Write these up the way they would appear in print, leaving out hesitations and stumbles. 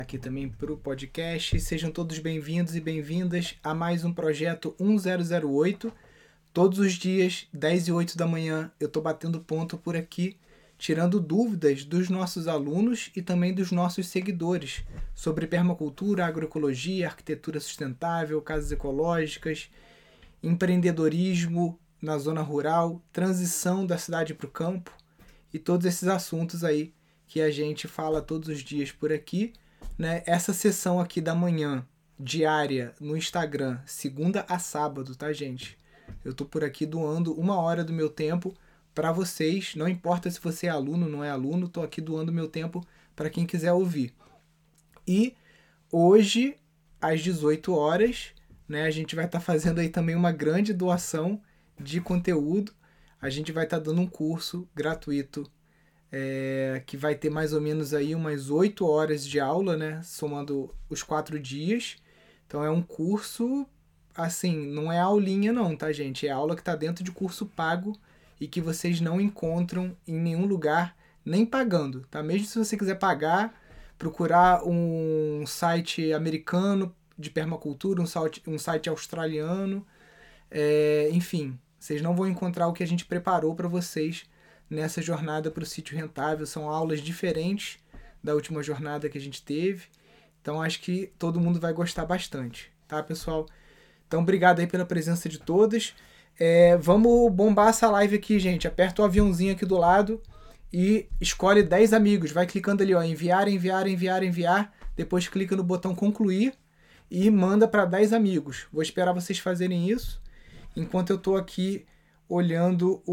Aqui também para o podcast. Sejam todos bem-vindos e bem-vindas a mais um projeto 1008. Todos os dias, 10 e 8 da manhã, eu estou batendo ponto por aqui, tirando dúvidas dos nossos alunos e também dos nossos seguidores sobre permacultura, agroecologia, arquitetura sustentável, casas ecológicas, empreendedorismo na zona rural, transição da cidade para o campo e todos esses assuntos aí que a gente fala todos os dias por aqui. Né? Essa sessão aqui da manhã, diária, no Instagram, segunda a sábado, tá, gente? Eu tô por aqui doando 1 hora do meu tempo para vocês. Não importa se você é aluno ou não é aluno, tô aqui doando meu tempo para quem quiser ouvir. E hoje, às 18 horas, né, a gente vai estar fazendo aí também uma grande doação de conteúdo. A gente vai estar dando um curso gratuito que vai ter mais ou menos aí umas 8 horas de aula, né? Somando os 4 dias. Então é um curso, assim, não é aulinha não, tá, gente? É aula que está dentro de curso pago e que vocês não encontram em nenhum lugar, nem pagando, tá? Mesmo se você quiser pagar, procurar um site americano de permacultura, um site australiano, enfim, vocês não vão encontrar o que a gente preparou para vocês nessa jornada para o sítio rentável. São aulas diferentes da última jornada que a gente teve. Então acho que todo mundo vai gostar bastante, tá, pessoal? Então obrigado aí pela presença de todos. Vamos bombar essa live aqui, gente. Aperta o aviãozinho aqui do lado e escolhe 10 amigos. Vai clicando ali, ó, enviar, enviar, enviar, enviar. Depois clica no botão concluir e manda para 10 amigos. Vou esperar vocês fazerem isso enquanto eu estou aqui olhando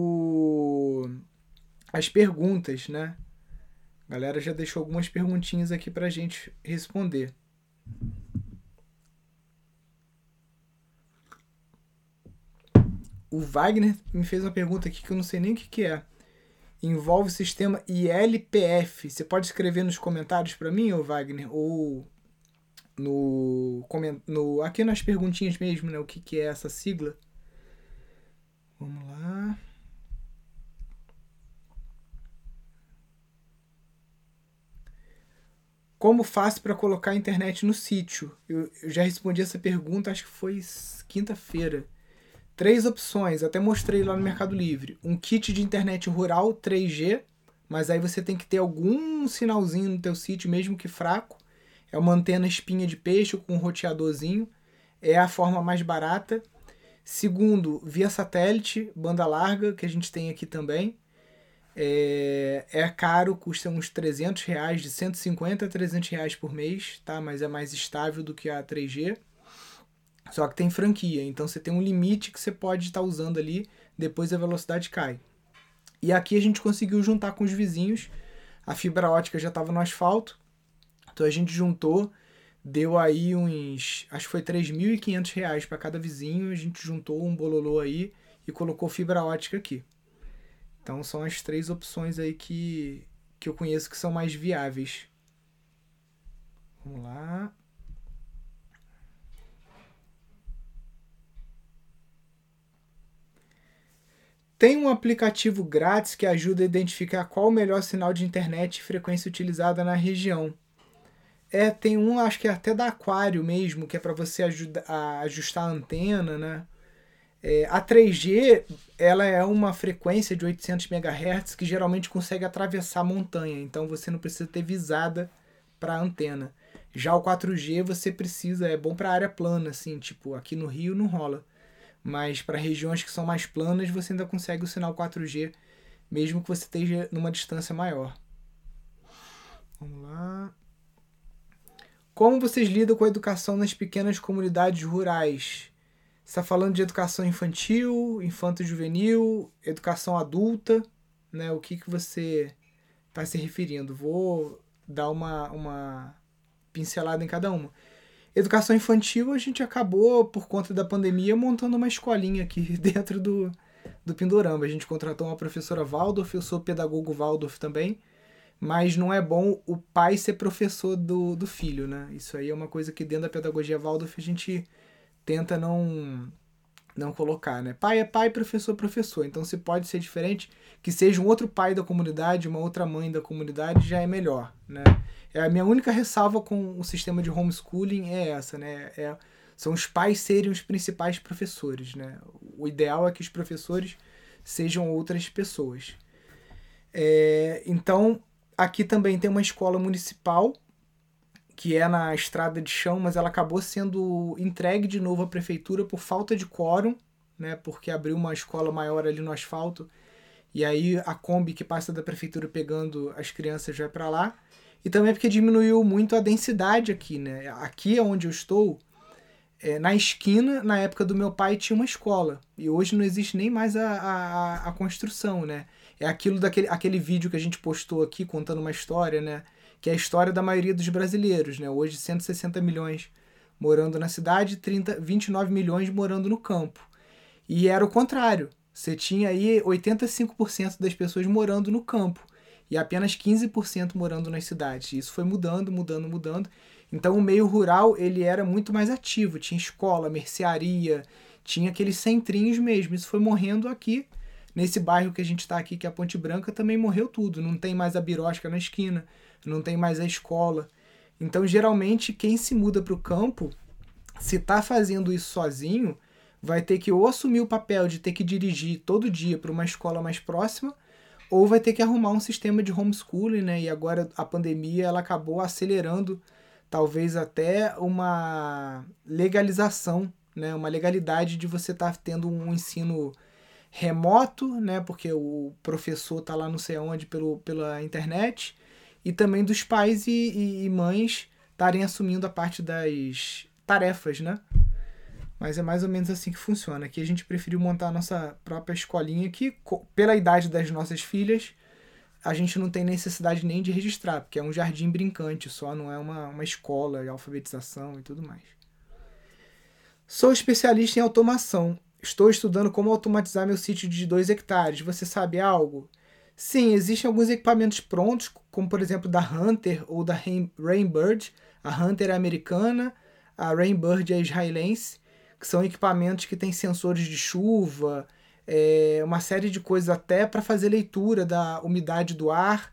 as perguntas, né? A galera já deixou algumas perguntinhas aqui pra gente responder. O Wagner me fez uma pergunta aqui que eu não sei nem o que é. Envolve o sistema ILPF. Você pode escrever nos comentários para mim, ô Wagner? Ou aqui nas perguntinhas mesmo, né? O que é essa sigla? Vamos lá. Como faço para colocar a internet no sítio? Eu já respondi essa pergunta, acho que foi quinta-feira. 3 opções, até mostrei lá no Mercado Livre. Um kit de internet rural 3G, mas aí você tem que ter algum sinalzinho no teu sítio, mesmo que fraco. É uma antena espinha de peixe com um roteadorzinho. É a forma mais barata. Segundo, via satélite, banda larga, que a gente tem aqui também. É caro, custa uns R$300, de 150 a R$300 por mês, tá? Mas é mais estável do que a 3G. Só que tem franquia, então você tem um limite que você pode estar usando ali, depois a velocidade cai. E aqui a gente conseguiu juntar com os vizinhos, a fibra ótica já estava no asfalto, então a gente juntou, deu aí uns, acho que foi R$3.500 para cada vizinho, a gente juntou um bololô aí e colocou fibra ótica aqui. Então são as 3 opções aí que eu conheço que são mais viáveis. Vamos lá. Tem um aplicativo grátis que ajuda a identificar qual o melhor sinal de internet e frequência utilizada na região. Tem um, acho que é até da Aquário mesmo, que é para você ajustar a antena, né? A 3G, ela é uma frequência de 800 MHz que geralmente consegue atravessar a montanha, então você não precisa ter visada para a antena. Já o 4G você precisa, é bom para área plana, assim, tipo, aqui no Rio não rola. Mas para regiões que são mais planas, você ainda consegue o sinal 4G, mesmo que você esteja numa distância maior. Vamos lá. Como vocês lidam com a educação nas pequenas comunidades rurais? Você está falando de educação infantil, infanto-juvenil, educação adulta, né? O que você está se referindo? Vou dar uma pincelada em cada uma. Educação infantil, a gente acabou, por conta da pandemia, montando uma escolinha aqui dentro do Pindorama. A gente contratou uma professora Waldorf, eu sou pedagogo Waldorf também, mas não é bom o pai ser professor do filho, né? Isso aí é uma coisa que dentro da pedagogia Waldorf a gente tenta não não colocar, né? Pai é pai, professor é professor. Então, se pode ser diferente, que seja um outro pai da comunidade, uma outra mãe da comunidade, já é melhor, né? A minha única ressalva com o sistema de homeschooling é essa, né? São os pais serem os principais professores, né? O ideal é que os professores sejam outras pessoas. Então, aqui também tem uma escola municipal, que é na estrada de chão, mas ela acabou sendo entregue de novo à prefeitura por falta de quórum, né? Porque abriu uma escola maior ali no asfalto, e aí a Kombi que passa da prefeitura pegando as crianças vai para lá. E também porque diminuiu muito a densidade aqui, né? Aqui onde eu estou, na esquina, na época do meu pai, tinha uma escola. E hoje não existe nem mais a construção, né? É aquilo aquele vídeo que a gente postou aqui contando uma história, né? Que é a história da maioria dos brasileiros, né? Hoje 160 milhões morando na cidade, 29 milhões morando no campo. E era o contrário. Você tinha aí 85% das pessoas morando no campo e apenas 15% morando nas cidades. Isso foi mudando, mudando, mudando. Então o meio rural ele era muito mais ativo. Tinha escola, mercearia, tinha aqueles centrinhos mesmo. Isso foi morrendo aqui. Nesse bairro que a gente está aqui, que é a Ponte Branca, também morreu tudo. Não tem mais a birosca na esquina, não tem mais a escola. Então, geralmente, quem se muda para o campo, se está fazendo isso sozinho, vai ter que ou assumir o papel de ter que dirigir todo dia para uma escola mais próxima, ou vai ter que arrumar um sistema de homeschooling, né? E agora a pandemia ela acabou acelerando talvez até uma legalização, né? Uma legalidade de você estar tendo um ensino remoto, né? Porque o professor está lá não sei onde pela internet, e também dos pais e mães estarem assumindo a parte das tarefas, né? Mas é mais ou menos assim que funciona. Aqui a gente preferiu montar a nossa própria escolinha que, pela idade das nossas filhas, a gente não tem necessidade nem de registrar, porque é um jardim brincante só, não é uma escola de alfabetização e tudo mais. Sou especialista em automação. Estou estudando como automatizar meu sítio de 2 hectares. Você sabe algo? Sim, existem alguns equipamentos prontos, como por exemplo da Hunter ou da Rainbird. A Hunter é americana, a Rainbird é israelense, que são equipamentos que têm sensores de chuva, uma série de coisas até para fazer leitura da umidade do ar,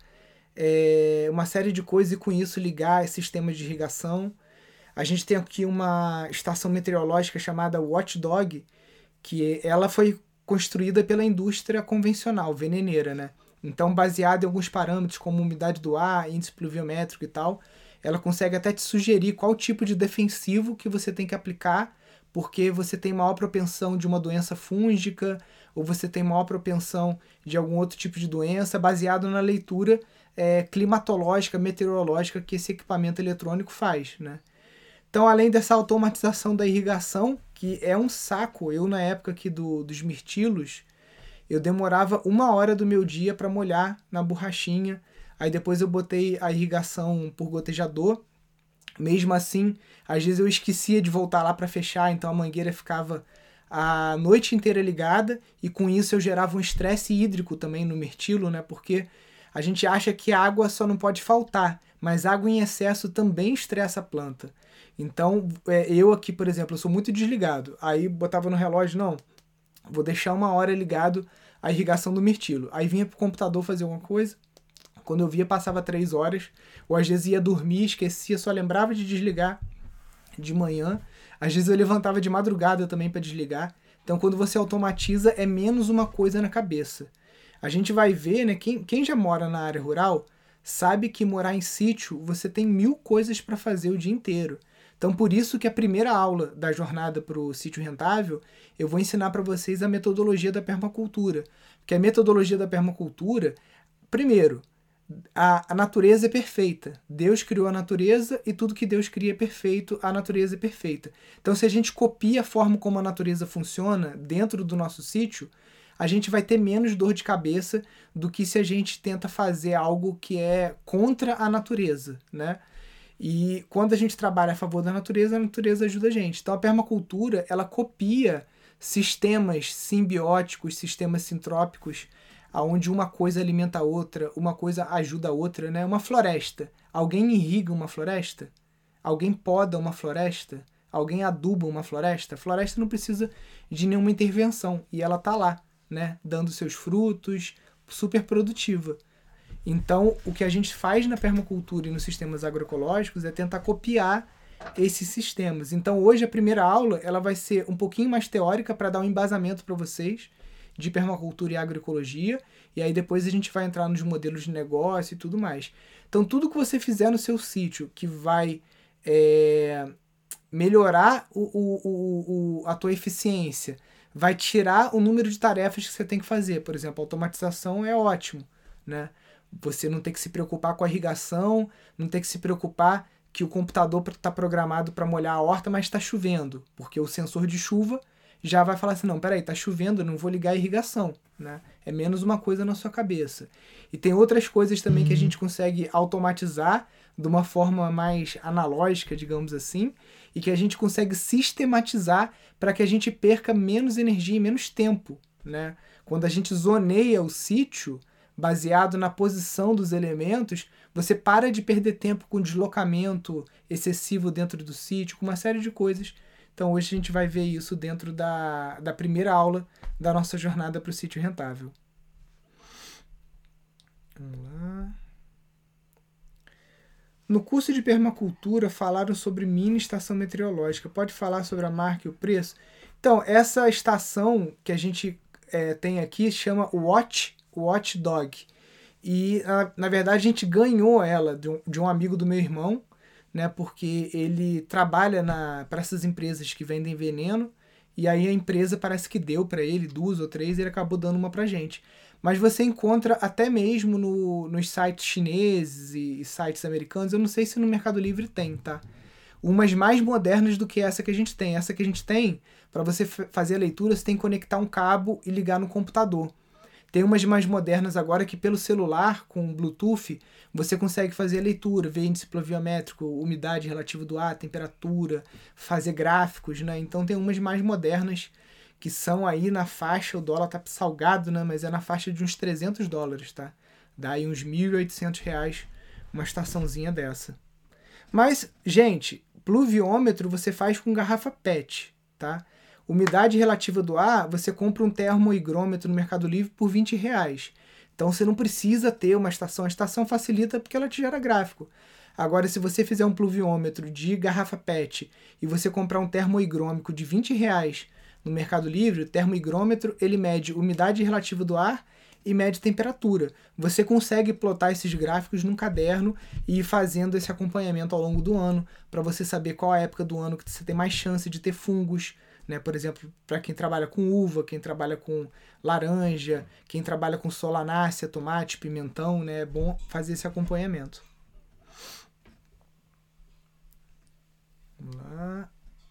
uma série de coisas e com isso ligar sistemas de irrigação. A gente tem aqui uma estação meteorológica chamada Watchdog, que ela foi construída pela indústria convencional, veneneira, né? Então, baseada em alguns parâmetros como umidade do ar, índice pluviométrico e tal, ela consegue até te sugerir qual tipo de defensivo que você tem que aplicar, porque você tem maior propensão de uma doença fúngica ou você tem maior propensão de algum outro tipo de doença, baseado na leitura climatológica, meteorológica que esse equipamento eletrônico faz, né? Então, além dessa automatização da irrigação, que é um saco, eu na época aqui dos mirtilos, eu demorava 1 hora do meu dia para molhar na borrachinha, aí depois eu botei a irrigação por gotejador. Mesmo assim, às vezes eu esquecia de voltar lá para fechar, então a mangueira ficava a noite inteira ligada e com isso eu gerava um estresse hídrico também no mirtilo, né? Porque a gente acha que água só não pode faltar, mas água em excesso também estressa a planta. Então, eu aqui, por exemplo, eu sou muito desligado. Aí botava no relógio, não, vou deixar 1 hora ligado a irrigação do mirtilo. Aí vinha pro computador fazer alguma coisa. Quando eu via, passava 3 horas. Ou às vezes ia dormir, esquecia, só lembrava de desligar de manhã. Às vezes eu levantava de madrugada também para desligar. Então, quando você automatiza, é menos uma coisa na cabeça. A gente vai ver, né? Quem já mora na área rural sabe que morar em sítio, você tem 1000 coisas para fazer o dia inteiro. Então, por isso que a primeira aula da jornada para o sítio rentável, eu vou ensinar para vocês a metodologia da permacultura. Porque a metodologia da permacultura, primeiro, a natureza é perfeita. Deus criou a natureza e tudo que Deus cria é perfeito, a natureza é perfeita. Então, se a gente copia a forma como a natureza funciona dentro do nosso sítio, a gente vai ter menos dor de cabeça do que se a gente tenta fazer algo que é contra a natureza, né? E quando a gente trabalha a favor da natureza, a natureza ajuda a gente. Então a permacultura, ela copia sistemas simbióticos, sistemas sintrópicos, onde uma coisa alimenta a outra, uma coisa ajuda a outra, né? Uma floresta. Alguém irriga uma floresta? Alguém poda uma floresta? Alguém aduba uma floresta? A floresta não precisa de nenhuma intervenção e ela tá lá, né, dando seus frutos, super produtiva. Então, o que a gente faz na permacultura e nos sistemas agroecológicos é tentar copiar esses sistemas. Então, hoje a primeira aula ela vai ser um pouquinho mais teórica para dar um embasamento para vocês de permacultura e agroecologia, e aí depois a gente vai entrar nos modelos de negócio e tudo mais. Então, tudo que você fizer no seu sítio que vai melhorar a tua eficiência, vai tirar o número de tarefas que você tem que fazer. Por exemplo, a automatização é ótimo, né? Você não tem que se preocupar com a irrigação, não tem que se preocupar que o computador está programado para molhar a horta, mas está chovendo, porque o sensor de chuva já vai falar assim, não, peraí, está chovendo, eu não vou ligar a irrigação, né? É menos uma coisa na sua cabeça. E tem outras coisas também que a gente consegue automatizar de uma forma mais analógica, digamos assim, e que a gente consegue sistematizar para que a gente perca menos energia e menos tempo, né? Quando a gente zoneia o sítio, baseado na posição dos elementos, você para de perder tempo com deslocamento excessivo dentro do sítio, com uma série de coisas. Então hoje a gente vai ver isso dentro da primeira aula da nossa jornada para o sítio rentável. Vamos lá. No curso de permacultura falaram sobre mini estação meteorológica. Pode falar sobre a marca e o preço? Então, essa estação que a gente tem aqui chama Watchdog. E, na verdade, a gente ganhou ela de um amigo do meu irmão, né, porque ele trabalha para essas empresas que vendem veneno, e aí a empresa parece que deu para ele 2 ou 3 e ele acabou dando uma pra gente. Mas você encontra até mesmo nos sites chineses e sites americanos, eu não sei se no Mercado Livre tem, tá? Umas mais modernas do que essa que a gente tem. Essa que a gente tem, para você fazer a leitura, você tem que conectar um cabo e ligar no computador. Tem umas mais modernas agora que pelo celular, com Bluetooth, você consegue fazer a leitura, ver índice pluviométrico, umidade relativa do ar, temperatura, fazer gráficos, né? Então tem umas mais modernas que são aí na faixa, o dólar tá salgado, né? Mas é na faixa de uns $300, tá? Dá aí uns R$1.800 uma estaçãozinha dessa. Mas, gente, pluviômetro você faz com garrafa PET, tá? Umidade relativa do ar, você compra um termohigrômetro no Mercado Livre por R$20. Então você não precisa ter uma estação. A estação facilita porque ela te gera gráfico. Agora, se você fizer um pluviômetro de garrafa PET e você comprar um termohigrômetro de R$20 no Mercado Livre, o termohigrômetro ele mede umidade relativa do ar e mede temperatura. Você consegue plotar esses gráficos num caderno e ir fazendo esse acompanhamento ao longo do ano para você saber qual a época do ano que você tem mais chance de ter fungos, né? Por exemplo, para quem trabalha com uva, quem trabalha com laranja, quem trabalha com solanácea, tomate, pimentão, né? É bom fazer esse acompanhamento. Vamos lá.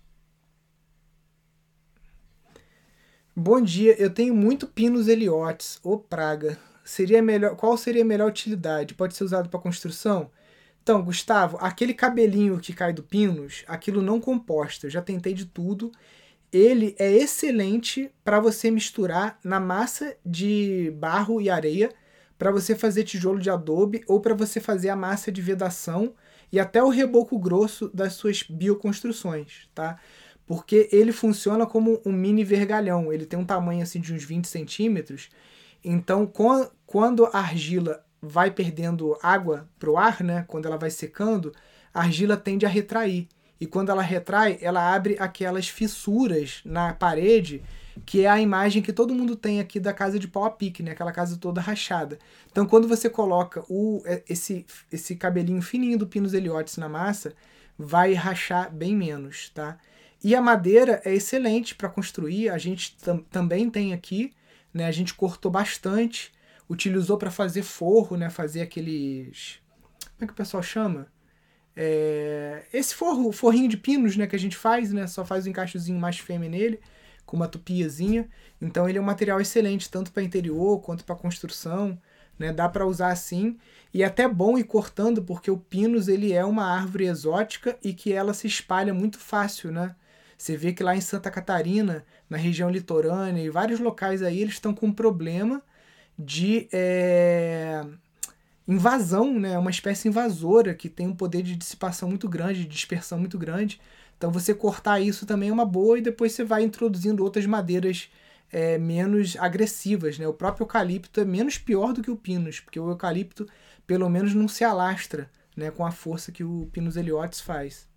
Bom dia, eu tenho muito Pinus Eliotes, ou praga. Qual seria a melhor utilidade? Pode ser usado para construção? Então, Gustavo, aquele cabelinho que cai do Pinus, aquilo não composta. Eu já tentei de tudo. Ele é excelente para você misturar na massa de barro e areia, para você fazer tijolo de adobe ou para você fazer a massa de vedação e até o reboco grosso das suas bioconstruções, tá? Porque ele funciona como um mini vergalhão. Ele tem um tamanho assim de uns 20 centímetros. Então, quando a argila vai perdendo água para o ar, né? Quando ela vai secando, a argila tende a retrair. E quando ela retrai, ela abre aquelas fissuras na parede, que é a imagem que todo mundo tem aqui da casa de pau a pique, né? Aquela casa toda rachada. Então, quando você coloca esse cabelinho fininho do Pinus Eliotes na massa, vai rachar bem menos, tá? E a madeira é excelente para construir, a gente também tem aqui, né? A gente cortou bastante, utilizou para fazer forro, né? Fazer aqueles... Como é que o pessoal chama? Esse forrinho de pinos, né? Que a gente faz, né? Só faz o encaixozinho mais fêmea nele, com uma tupiazinha. Então ele é um material excelente, tanto para interior quanto para construção, né? Dá para usar assim. E é até bom ir cortando, porque o pinus ele é uma árvore exótica e que ela se espalha muito fácil, né? Você vê que lá em Santa Catarina, na região litorânea e vários locais aí, eles estão com um problema de invasão, né? É uma espécie invasora que tem um poder de dissipação muito grande, de dispersão muito grande. Então você cortar isso também é uma boa e depois você vai introduzindo outras madeiras menos agressivas, né? O próprio eucalipto é menos pior do que o pinus, porque o eucalipto pelo menos não se alastra, né, com a força que o Pinus Heliotis faz.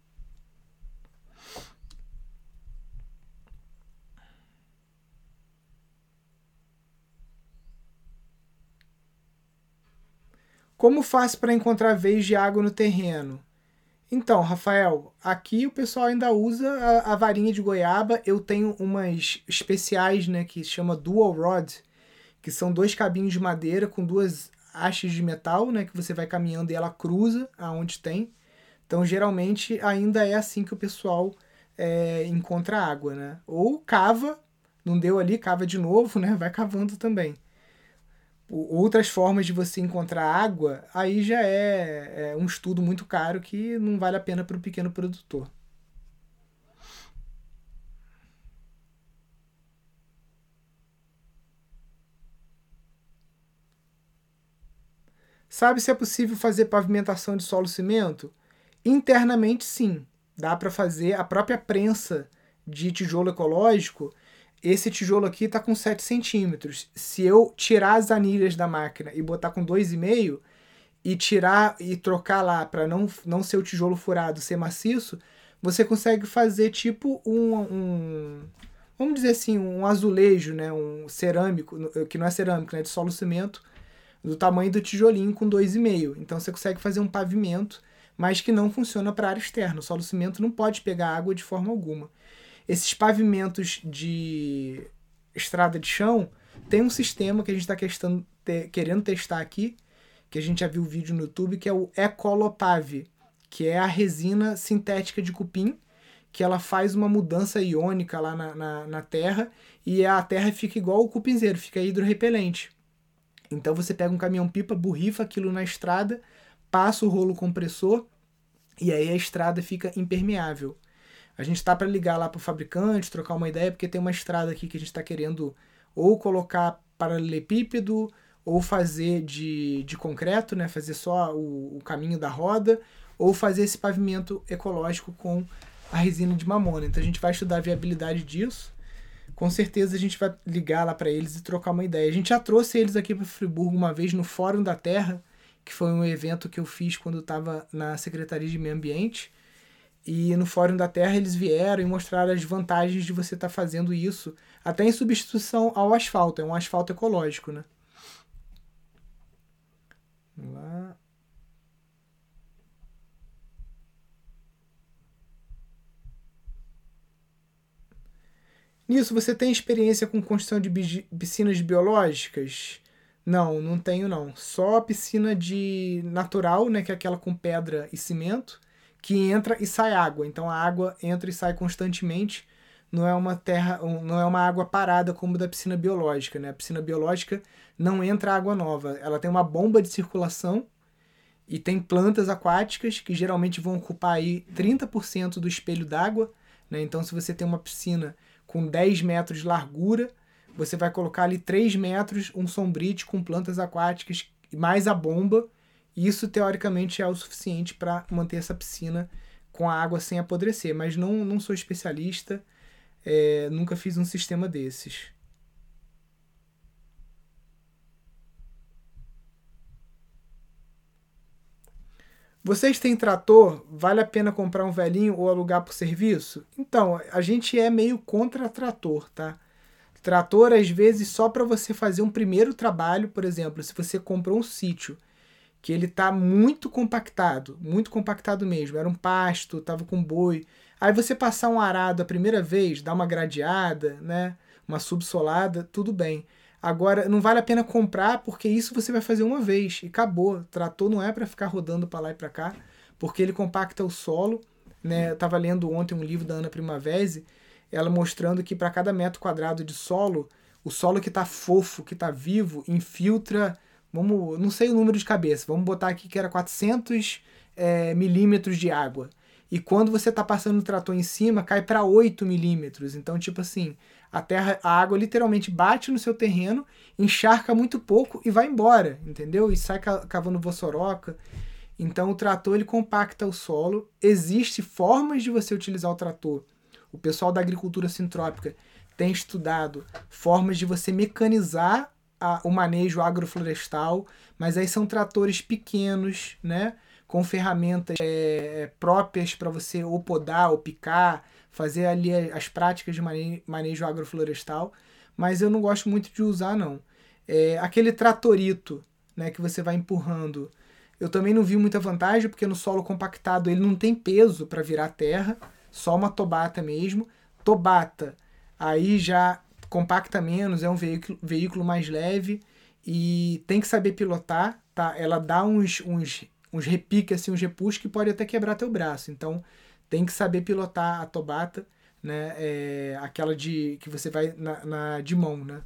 Como faço para encontrar veios de água no terreno? Então, Rafael, aqui o pessoal ainda usa a varinha de goiaba. Eu tenho umas especiais, né, que se chama Dual Rod, que são 2 cabinhos de madeira com 2 hastes de metal, né, que você vai caminhando e ela cruza aonde tem. Então, geralmente, ainda é assim que o pessoal encontra água, né? Ou cava, não deu ali, cava de novo, né? Vai cavando também. Outras formas de você encontrar água, aí já é um estudo muito caro que não vale a pena para o pequeno produtor. Sabe se é possível fazer pavimentação de solo cimento? Internamente, sim. Dá para fazer a própria prensa de tijolo ecológico. Esse tijolo aqui está com 7 centímetros. Se eu tirar as anilhas da máquina e botar com 2,5 e tirar e trocar lá para não ser o tijolo furado, ser maciço, você consegue fazer tipo vamos dizer assim, um azulejo, né, um cerâmico, que não é cerâmico, né, de solo cimento, do tamanho do tijolinho com 2,5. Então você consegue fazer um pavimento, mas que não funciona para área externa. O solo cimento não pode pegar água de forma alguma. Esses pavimentos de estrada de chão tem um sistema que a gente está querendo testar aqui, que a gente já viu o vídeo no YouTube, que é o Ecolopave, que é a resina sintética de cupim, que ela faz uma mudança iônica lá na terra e a terra fica igual o cupinzeiro, fica hidrorrepelente. Então você pega um caminhão-pipa, borrifa aquilo na estrada, passa o rolo compressor e aí a estrada fica impermeável. A gente está para ligar lá para o fabricante, trocar uma ideia, porque tem uma estrada aqui que a gente está querendo ou colocar paralelepípedo ou fazer de concreto, né? Fazer só o caminho da roda, ou fazer esse pavimento ecológico com a resina de mamona. Então a gente vai estudar a viabilidade disso. Com certeza a gente vai ligar lá para eles e trocar uma ideia. A gente já trouxe eles aqui para Friburgo uma vez no Fórum da Terra, que foi um evento que eu fiz quando estava na Secretaria de Meio Ambiente. E no Fórum da Terra eles vieram e mostraram as vantagens de você estar fazendo isso, até em substituição ao asfalto. É um asfalto ecológico, né? Vamos lá. Nisso, você tem experiência com construção de piscinas biológicas? Não, não tenho não. Só a piscina de natural, né, que é aquela com pedra e cimento, que entra e sai água. Então a água entra e sai constantemente. Não é uma terra, não é uma água parada como da piscina biológica, né? A piscina biológica não entra água nova. Ela tem uma bomba de circulação e tem plantas aquáticas que geralmente vão ocupar aí 30% do espelho d'água, né? Então se você tem uma piscina com 10 metros de largura, você vai colocar ali 3 metros, um sombrite com plantas aquáticas, mais a bomba. Isso, teoricamente, é o suficiente para manter essa piscina com a água sem apodrecer. Mas não sou especialista, nunca fiz um sistema desses. Vocês têm trator? Vale a pena comprar um velhinho ou alugar por serviço? Então, a gente é meio contra trator, tá? Trator, às vezes, só para você fazer um primeiro trabalho, por exemplo, se você comprou um sítio que ele tá muito compactado mesmo, era um pasto, tava com boi. Aí você passar um arado a primeira vez, dar uma gradeada, né, uma subsolada, tudo bem. Agora, não vale a pena comprar, porque isso você vai fazer uma vez e acabou. Trator não é para ficar rodando para lá e para cá, porque ele compacta o solo, né? Eu tava lendo ontem um livro da Ana Primavesi, ela mostrando que para cada metro quadrado de solo, o solo que tá fofo, que tá vivo, infiltra, não sei o número de cabeça, vamos botar aqui que era 400 milímetros de água. e quando você está passando o trator em cima, cai para 8 milímetros. Então, tipo assim, a água literalmente bate no seu terreno, encharca muito pouco e vai embora, entendeu? E sai cavando vossoroca. Então, o trator ele compacta o solo. Existem formas de você utilizar o trator. O pessoal da agricultura sintrópica tem estudado formas de você mecanizar o manejo agroflorestal, mas aí são tratores pequenos, né? Com ferramentas próprias para você ou podar ou picar, fazer ali as práticas de manejo agroflorestal, mas eu não gosto muito de usar, não. Aquele tratorito, né, que você vai empurrando, eu também não vi muita vantagem, porque no solo compactado ele não tem peso para virar terra, só uma tobata mesmo. Tobata, aí já compacta menos, é um veículo mais leve e tem que saber pilotar, tá? Ela dá uns repiques, assim, uns repuxos que pode até quebrar teu braço. Então tem que saber pilotar a tobata, né? Aquela que você vai de mão, né?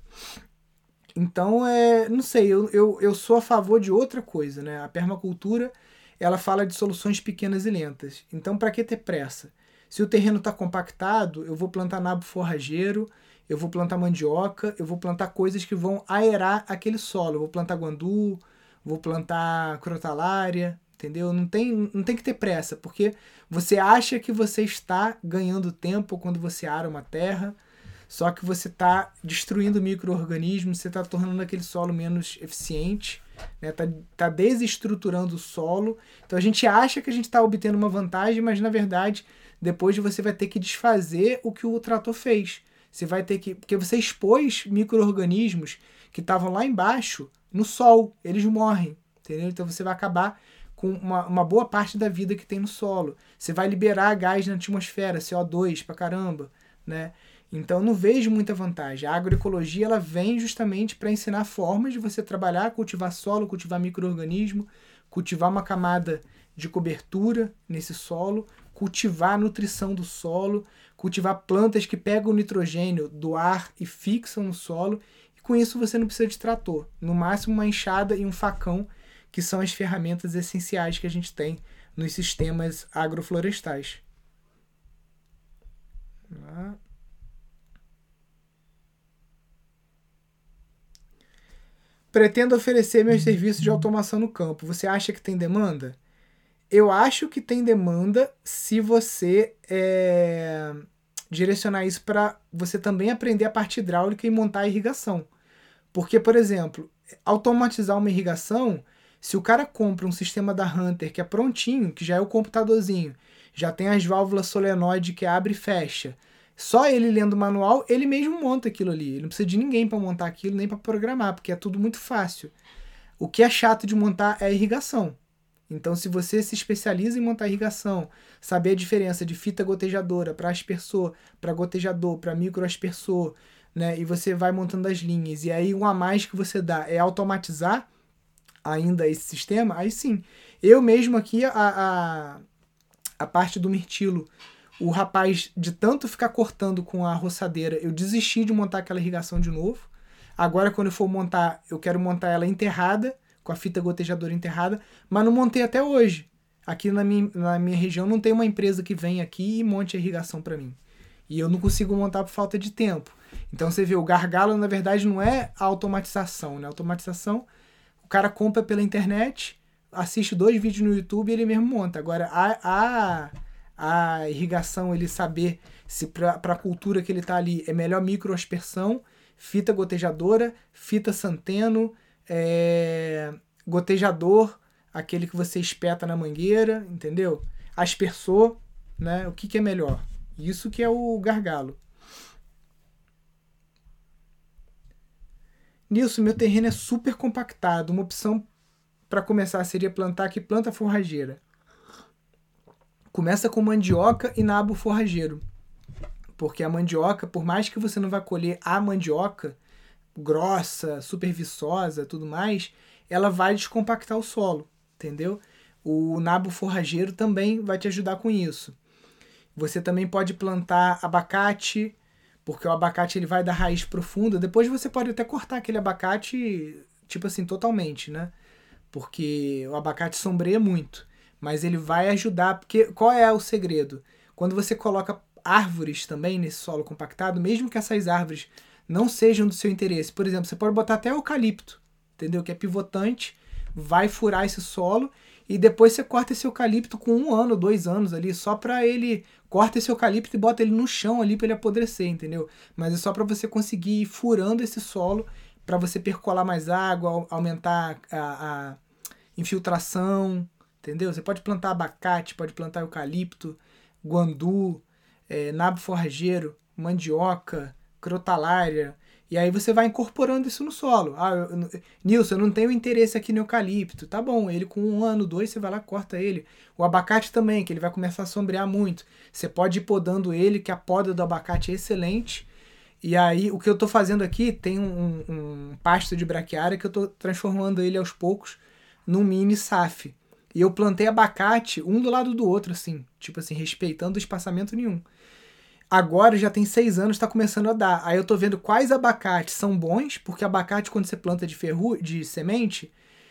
Então, não sei, eu sou a favor de outra coisa, né? A permacultura, ela fala de soluções pequenas e lentas. Então, para que ter pressa? Se o terreno está compactado, eu vou plantar nabo forrageiro, eu vou plantar mandioca, eu vou plantar coisas que vão aerar aquele solo. Eu vou plantar guandu, vou plantar crotalária, entendeu? Não tem que ter pressa, porque você acha que você está ganhando tempo quando você ara uma terra, só que você está destruindo micro-organismos, você está tornando aquele solo menos eficiente, né? Tá desestruturando o solo. Então a gente acha que a gente está obtendo uma vantagem, mas na verdade depois você vai ter que desfazer o que o trator fez. Você vai ter que... Porque você expôs micro-organismos que estavam lá embaixo no sol, eles morrem, entendeu? Então você vai acabar com uma boa parte da vida que tem no solo. Você vai liberar gás na atmosfera, CO2 pra caramba, né? Então não vejo muita vantagem. A agroecologia ela vem justamente para ensinar formas de você trabalhar, cultivar solo, cultivar micro-organismo, cultivar uma camada de cobertura nesse solo, cultivar a nutrição do solo, cultivar plantas que pegam o nitrogênio do ar e fixam no solo. E com isso você não precisa de trator. No máximo uma enxada e um facão, que são as ferramentas essenciais que a gente tem nos sistemas agroflorestais. Pretendo oferecer meus serviços de automação no campo. Você acha que tem demanda? Eu acho que tem demanda se você direcionar isso para você também aprender a parte hidráulica e montar a irrigação. Porque, por exemplo, automatizar uma irrigação, se o cara compra um sistema da Hunter que é prontinho, que já é o computadorzinho, já tem as válvulas solenoide que abre e fecha, só ele lendo o manual, ele mesmo monta aquilo ali. Ele não precisa de ninguém para montar aquilo, nem para programar, porque é tudo muito fácil. O que é chato de montar é a irrigação. Então, se você se especializa em montar irrigação, saber a diferença de fita gotejadora para aspersor, para gotejador, para microaspersor, né? E você vai montando as linhas, e aí um a mais que você dá é automatizar ainda esse sistema, aí sim. Eu mesmo aqui, a parte do mirtilo, o rapaz, de tanto ficar cortando com a roçadeira, eu desisti de montar aquela irrigação de novo. Agora, quando eu for montar, eu quero montar ela enterrada, com a fita gotejadora enterrada, mas não montei até hoje. Aqui na minha região não tem uma empresa que vem aqui e monte a irrigação para mim. E eu não consigo montar por falta de tempo. Então você vê, o gargalo na verdade não é a automatização, né? A automatização, o cara compra pela internet, assiste 2 vídeos no YouTube e ele mesmo monta. Agora, a irrigação, ele saber se para a cultura que ele está ali é melhor microaspersão, fita gotejadora, fita Santeno, gotejador, aquele que você espeta na mangueira, entendeu? Aspersor, né? O que é melhor? Isso que é o gargalo. Nisso, meu terreno é super compactado. Uma opção para começar seria plantar aqui planta forrageira. Começa com mandioca e nabo forrageiro. Porque a mandioca, por mais que você não vá colher a mandioca grossa, super viçosa, tudo mais, ela vai descompactar o solo, entendeu? O nabo forrageiro também vai te ajudar com isso. Você também pode plantar abacate, porque o abacate ele vai dar raiz profunda. Depois você pode até cortar aquele abacate, tipo assim, totalmente, né? Porque o abacate sombreia muito. mas ele vai ajudar, porque qual é o segredo? Quando você coloca árvores também nesse solo compactado, mesmo que essas árvores não sejam do seu interesse, por exemplo, você pode botar até eucalipto, entendeu? Que é pivotante, vai furar esse solo e depois você corta esse eucalipto com 1 ano, 2 anos ali, só para ele... Corta esse eucalipto e bota ele no chão ali para ele apodrecer, entendeu? Mas é só para você conseguir ir furando esse solo, para você percolar mais água, aumentar a infiltração, entendeu? Você pode plantar abacate, pode plantar eucalipto, guandu, nabo forrageiro, mandioca, crotalária, e aí você vai incorporando isso no solo. Nilson, eu não tenho interesse aqui no eucalipto. Tá bom, ele com 1 ano, 2, você vai lá e corta ele. O abacate também, que ele vai começar a sombrear muito. Você pode ir podando ele, que a poda do abacate é excelente. E aí, o que eu tô fazendo aqui, tem um pasto de braquiária que eu tô transformando ele aos poucos num mini SAF. E eu plantei abacate um do lado do outro, assim. Tipo assim, respeitando espaçamento nenhum. Agora já tem 6 anos, está começando a dar. Aí eu tô vendo quais abacates são bons, porque abacate, quando você planta de semente,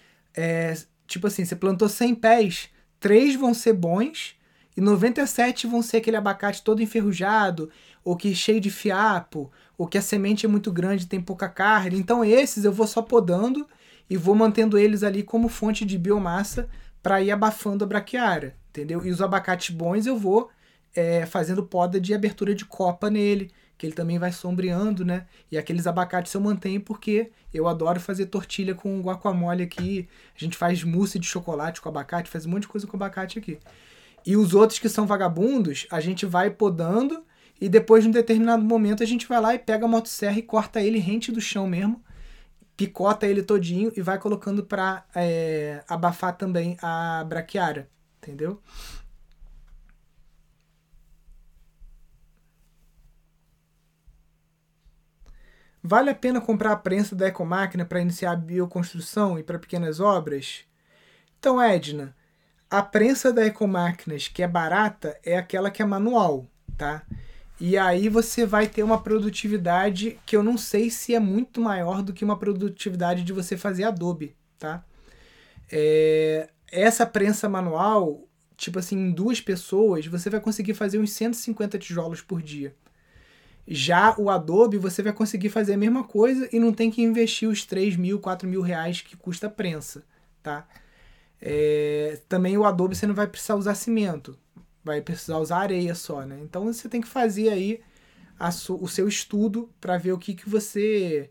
tipo assim, você plantou 100 pés, 3 vão ser bons e 97 vão ser aquele abacate todo enferrujado, ou que cheio de fiapo, ou que a semente é muito grande e tem pouca carne. Então esses eu vou só podando e vou mantendo eles ali como fonte de biomassa para ir abafando a braquiária, entendeu? E os abacates bons eu vou fazendo poda de abertura de copa nele, que ele também vai sombreando, né? E aqueles abacates eu mantenho porque eu adoro fazer tortilha com guacamole aqui. A gente faz mousse de chocolate com abacate, faz um monte de coisa com abacate aqui. E os outros que são vagabundos, a gente vai podando e depois, de um determinado momento, a gente vai lá e pega a motosserra e corta ele rente do chão mesmo, picota ele todinho e vai colocando para abafar também a braquiária, entendeu? Vale a pena comprar a prensa da Ecomáquina para iniciar a bioconstrução e para pequenas obras? Então, Edna, a prensa da Ecomáquinas que é barata é aquela que é manual, tá? E aí você vai ter uma produtividade que eu não sei se é muito maior do que uma produtividade de você fazer Adobe, tá? Essa prensa manual, tipo assim, em 2 pessoas, você vai conseguir fazer uns 150 tijolos por dia. Já o Adobe, você vai conseguir fazer a mesma coisa e não tem que investir os 3 mil, 4 mil reais que custa a prensa, tá? Também o Adobe você não vai precisar usar cimento, vai precisar usar areia só, né? Então você tem que fazer aí o seu estudo para ver o que você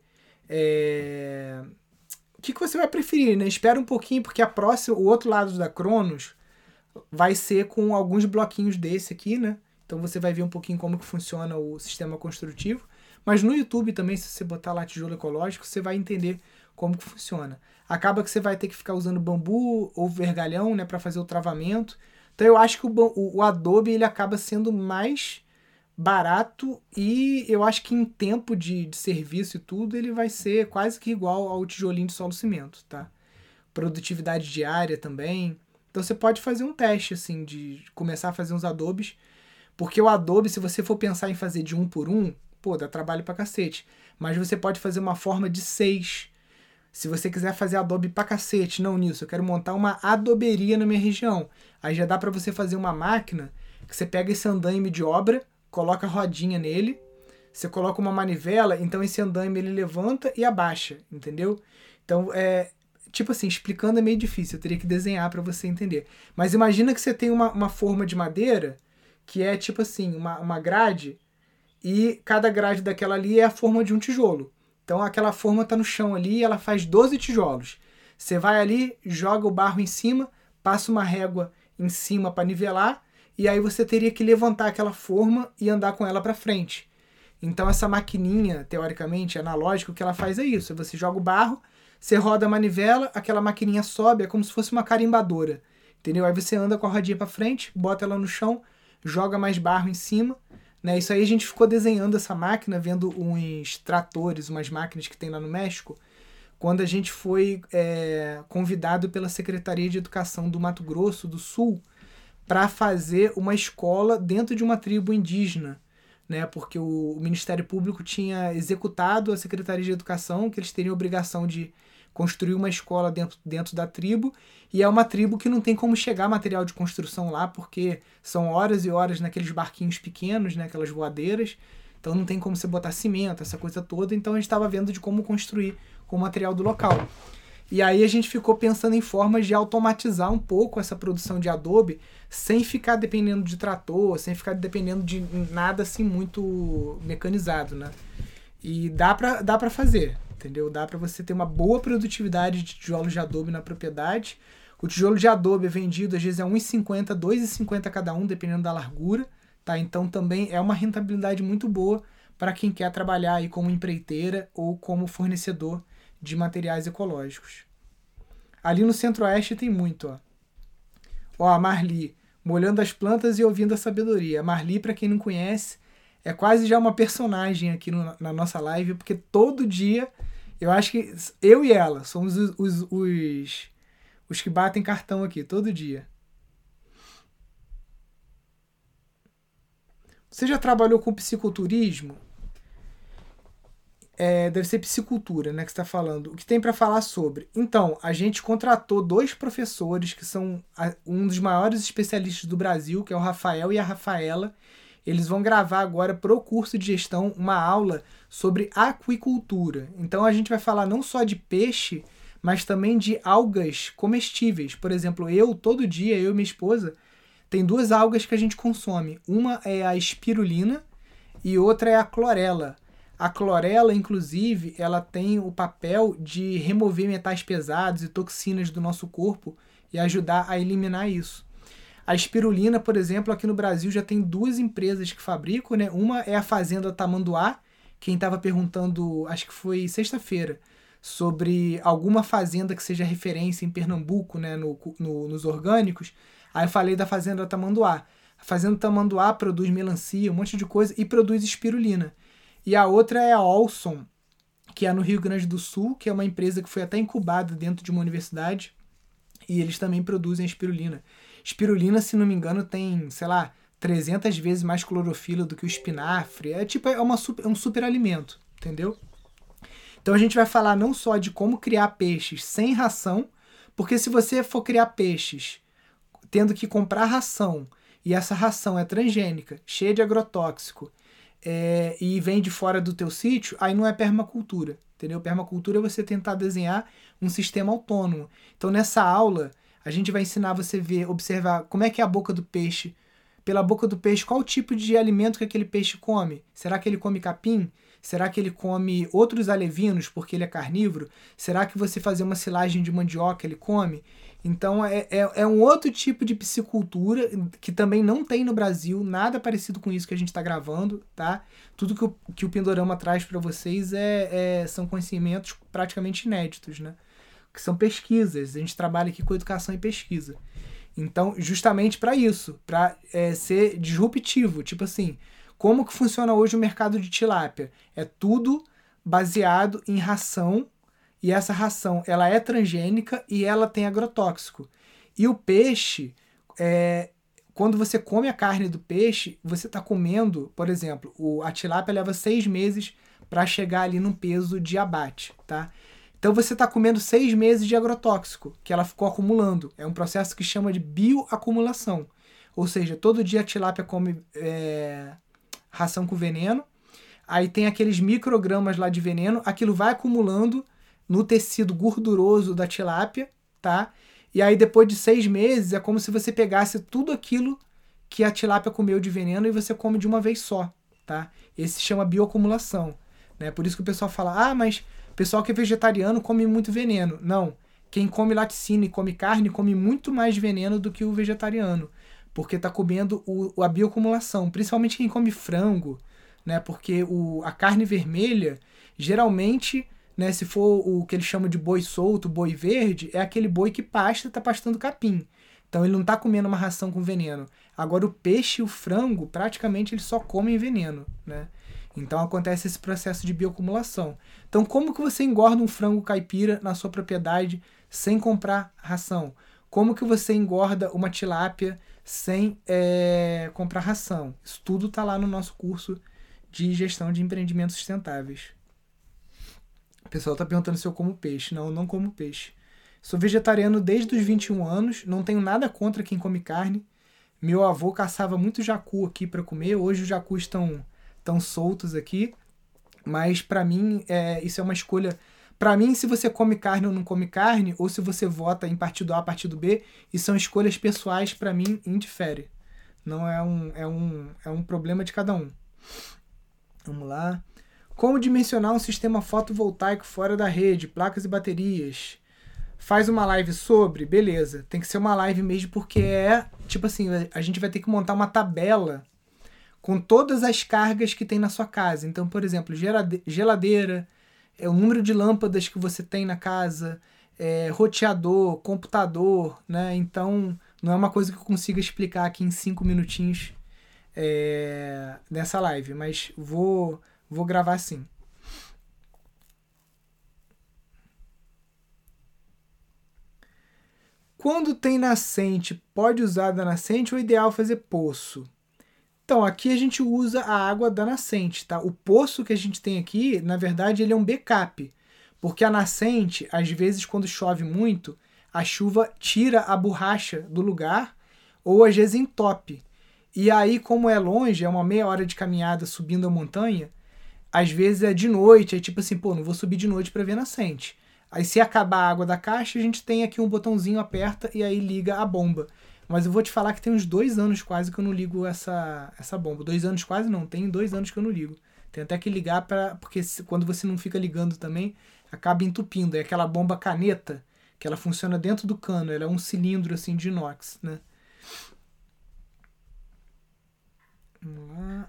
o que você vai preferir, né? Espera um pouquinho, porque o outro lado da Cronos vai ser com alguns bloquinhos desse aqui, né? Então você vai ver um pouquinho como que funciona o sistema construtivo. Mas no YouTube também, se você botar lá tijolo ecológico, você vai entender como que funciona. Acaba que você vai ter que ficar usando bambu ou vergalhão, né, para fazer o travamento. Então eu acho que o Adobe ele acaba sendo mais barato e eu acho que em tempo de serviço e tudo ele vai ser quase que igual ao tijolinho de solo cimento, tá? Produtividade diária também. Então você pode fazer um teste assim de começar a fazer uns Adobes. Porque o Adobe, se você for pensar em fazer de 1 por 1, pô, dá trabalho pra cacete. Mas você pode fazer uma forma de 6. Se você quiser fazer Adobe pra cacete, não, Nilson, eu quero montar uma adoberia na minha região. Aí já dá pra você fazer uma máquina que você pega esse andaime de obra, coloca a rodinha nele, você coloca uma manivela, então esse andaime ele levanta e abaixa, entendeu? Então, tipo assim, explicando é meio difícil, eu teria que desenhar pra você entender. Mas imagina que você tem uma forma de madeira que é tipo assim, uma grade, e cada grade daquela ali é a forma de um tijolo. Então aquela forma tá no chão ali e ela faz 12 tijolos. Você vai ali, joga o barro em cima, passa uma régua em cima para nivelar, e aí você teria que levantar aquela forma e andar com ela para frente. Então essa maquininha, teoricamente, analógica, o que ela faz é isso. Você joga o barro, você roda a manivela, aquela maquininha sobe, é como se fosse uma carimbadora. Entendeu? Aí você anda com a rodinha para frente, bota ela no chão, joga mais barro em cima, né? Isso aí a gente ficou desenhando essa máquina, vendo uns tratores, umas máquinas que tem lá no México, quando a gente foi convidado pela Secretaria de Educação do Mato Grosso do Sul para fazer uma escola dentro de uma tribo indígena, né? Porque o Ministério Público tinha executado a Secretaria de Educação, que eles teriam a obrigação de construir uma escola dentro da tribo, e é uma tribo que não tem como chegar material de construção lá, porque são horas e horas naqueles barquinhos pequenos, né, aquelas voadeiras, então não tem como você botar cimento, essa coisa toda, então a gente estava vendo de como construir com o material do local. E aí a gente ficou pensando em formas de automatizar um pouco essa produção de adobe, sem ficar dependendo de trator, sem ficar dependendo de nada assim muito mecanizado, né? E dá pra fazer, entendeu? Dá pra você ter uma boa produtividade de tijolos de adobe na propriedade. O tijolo de adobe é vendido, às vezes é R$1,50, R$2,50 cada um, dependendo da largura, tá? Então também é uma rentabilidade muito boa para quem quer trabalhar aí como empreiteira ou como fornecedor de materiais ecológicos. Ali no Centro-Oeste tem muito, ó. Ó, a Marli, molhando as plantas e ouvindo a sabedoria. A Marli, para quem não conhece, é quase já uma personagem aqui na nossa live, porque todo dia, eu acho que eu e ela somos os que batem cartão aqui, todo dia. Você já trabalhou com psicoturismo? Deve ser piscicultura, né, que você está falando. O que tem para falar sobre? Então, a gente contratou 2 professores que são um dos maiores especialistas do Brasil, que é o Rafael e a Rafaela. Eles vão gravar agora para o curso de gestão uma aula sobre aquicultura. Então a gente vai falar não só de peixe, mas também de algas comestíveis. Por exemplo, todo dia, eu e minha esposa, tem 2 algas que a gente consome. Uma é a espirulina e outra é a clorela. A clorela, inclusive, ela tem o papel de remover metais pesados e toxinas do nosso corpo e ajudar a eliminar isso. A espirulina, por exemplo, aqui no Brasil já tem 2 empresas que fabricam, né? Uma é a Fazenda Tamanduá. Quem estava perguntando, acho que foi sexta-feira, sobre alguma fazenda que seja referência em Pernambuco, né? Nos orgânicos. Aí eu falei da Fazenda Tamanduá. A Fazenda Tamanduá produz melancia, um monte de coisa, e produz espirulina. E a outra é a Olson, que é no Rio Grande do Sul, que é uma empresa que foi até incubada dentro de uma universidade, e eles também produzem espirulina. Espirulina, se não me engano, tem, 300 vezes mais clorofila do que o espinafre. É um super alimento, entendeu? Então a gente vai falar não só de como criar peixes sem ração, porque se você for criar peixes tendo que comprar ração, e essa ração é transgênica, cheia de agrotóxico, e vem de fora do teu sítio, aí não é permacultura, entendeu? Permacultura é você tentar desenhar um sistema autônomo. Então nessa aula a gente vai ensinar você observar como é que é a boca do peixe. Pela boca do peixe, qual o tipo de alimento que aquele peixe come? Será que ele come capim? Será que ele come outros alevinos porque ele é carnívoro? Será que você fazer uma silagem de mandioca ele come? Então é um outro tipo de piscicultura que também não tem no Brasil, nada parecido com isso que a gente está gravando, tá? Tudo que o Pindorama traz para vocês são conhecimentos praticamente inéditos, né? Que são pesquisas, a gente trabalha aqui com educação e pesquisa. Então, justamente para isso, para ser disruptivo, tipo assim, como que funciona hoje o mercado de tilápia? É tudo baseado em ração, e essa ração ela é transgênica e ela tem agrotóxico. E o peixe, quando você come a carne do peixe, você está comendo, por exemplo, a tilápia leva 6 meses para chegar ali num peso de abate, tá? Então você está comendo 6 meses de agrotóxico, que ela ficou acumulando. É um processo que chama de bioacumulação. Ou seja, todo dia a tilápia come ração com veneno, aí tem aqueles microgramas lá de veneno, aquilo vai acumulando no tecido gorduroso da tilápia, tá? E aí depois de 6 meses é como se você pegasse tudo aquilo que a tilápia comeu de veneno e você come de uma vez só, tá? Esse se chama bioacumulação, né? Por isso que o pessoal fala, mas o pessoal que é vegetariano come muito veneno. Não, quem come laticínio e come carne come muito mais veneno do que o vegetariano, porque está comendo a bioacumulação, principalmente quem come frango, né? Porque a carne vermelha, geralmente, né, se for o que eles chamam de boi solto, boi verde, é aquele boi que está pastando capim. Então ele não está comendo uma ração com veneno. Agora o peixe e o frango, praticamente, eles só comem veneno, né? Então acontece esse processo de bioacumulação. Então como que você engorda um frango caipira na sua propriedade sem comprar ração? Como que você engorda uma tilápia sem comprar ração? Isso tudo está lá no nosso curso de gestão de empreendimentos sustentáveis. pessoal tá perguntando se eu como peixe. Não, eu não como peixe. Sou vegetariano desde os 21 anos, não tenho nada contra quem come carne. Meu avô caçava muito jacu aqui para comer, hoje os jacus estão soltos aqui, mas para mim isso é uma escolha. Para mim, se você come carne ou não come carne, ou se você vota em partido A, partido B, isso são escolhas pessoais, para mim, indifere. Não é um problema de cada um. Vamos lá. Como dimensionar um sistema fotovoltaico fora da rede, placas e baterias? Faz uma live sobre, beleza. Tem que ser uma live mesmo porque tipo assim, a gente vai ter que montar uma tabela com todas as cargas que tem na sua casa. Então, por exemplo, geladeira, o número de lâmpadas que você tem na casa, roteador, computador, né? Então, não é uma coisa que eu consiga explicar aqui em 5 minutinhos nessa live, mas vou gravar sim. Quando tem nascente, pode usar da nascente ou é ideal fazer poço? Então, aqui a gente usa a água da nascente, tá? O poço que a gente tem aqui, na verdade, ele é um backup. Porque a nascente, às vezes, quando chove muito, a chuva tira a borracha do lugar ou às vezes entope. E aí, como é longe, é uma meia hora de caminhada subindo a montanha, às vezes é de noite, é tipo assim, pô, não vou subir de noite para ver nascente. Aí se acabar a água da caixa, a gente tem aqui um botãozinho, aperta e aí liga a bomba. Mas eu vou te falar que tem uns 2 anos quase que eu não ligo essa bomba. 2 anos quase não, tem 2 anos que eu não ligo. Tem até que ligar porque quando você não fica ligando também, acaba entupindo. É aquela bomba caneta, que ela funciona dentro do cano, ela é um cilindro assim de inox, né? Vamos lá.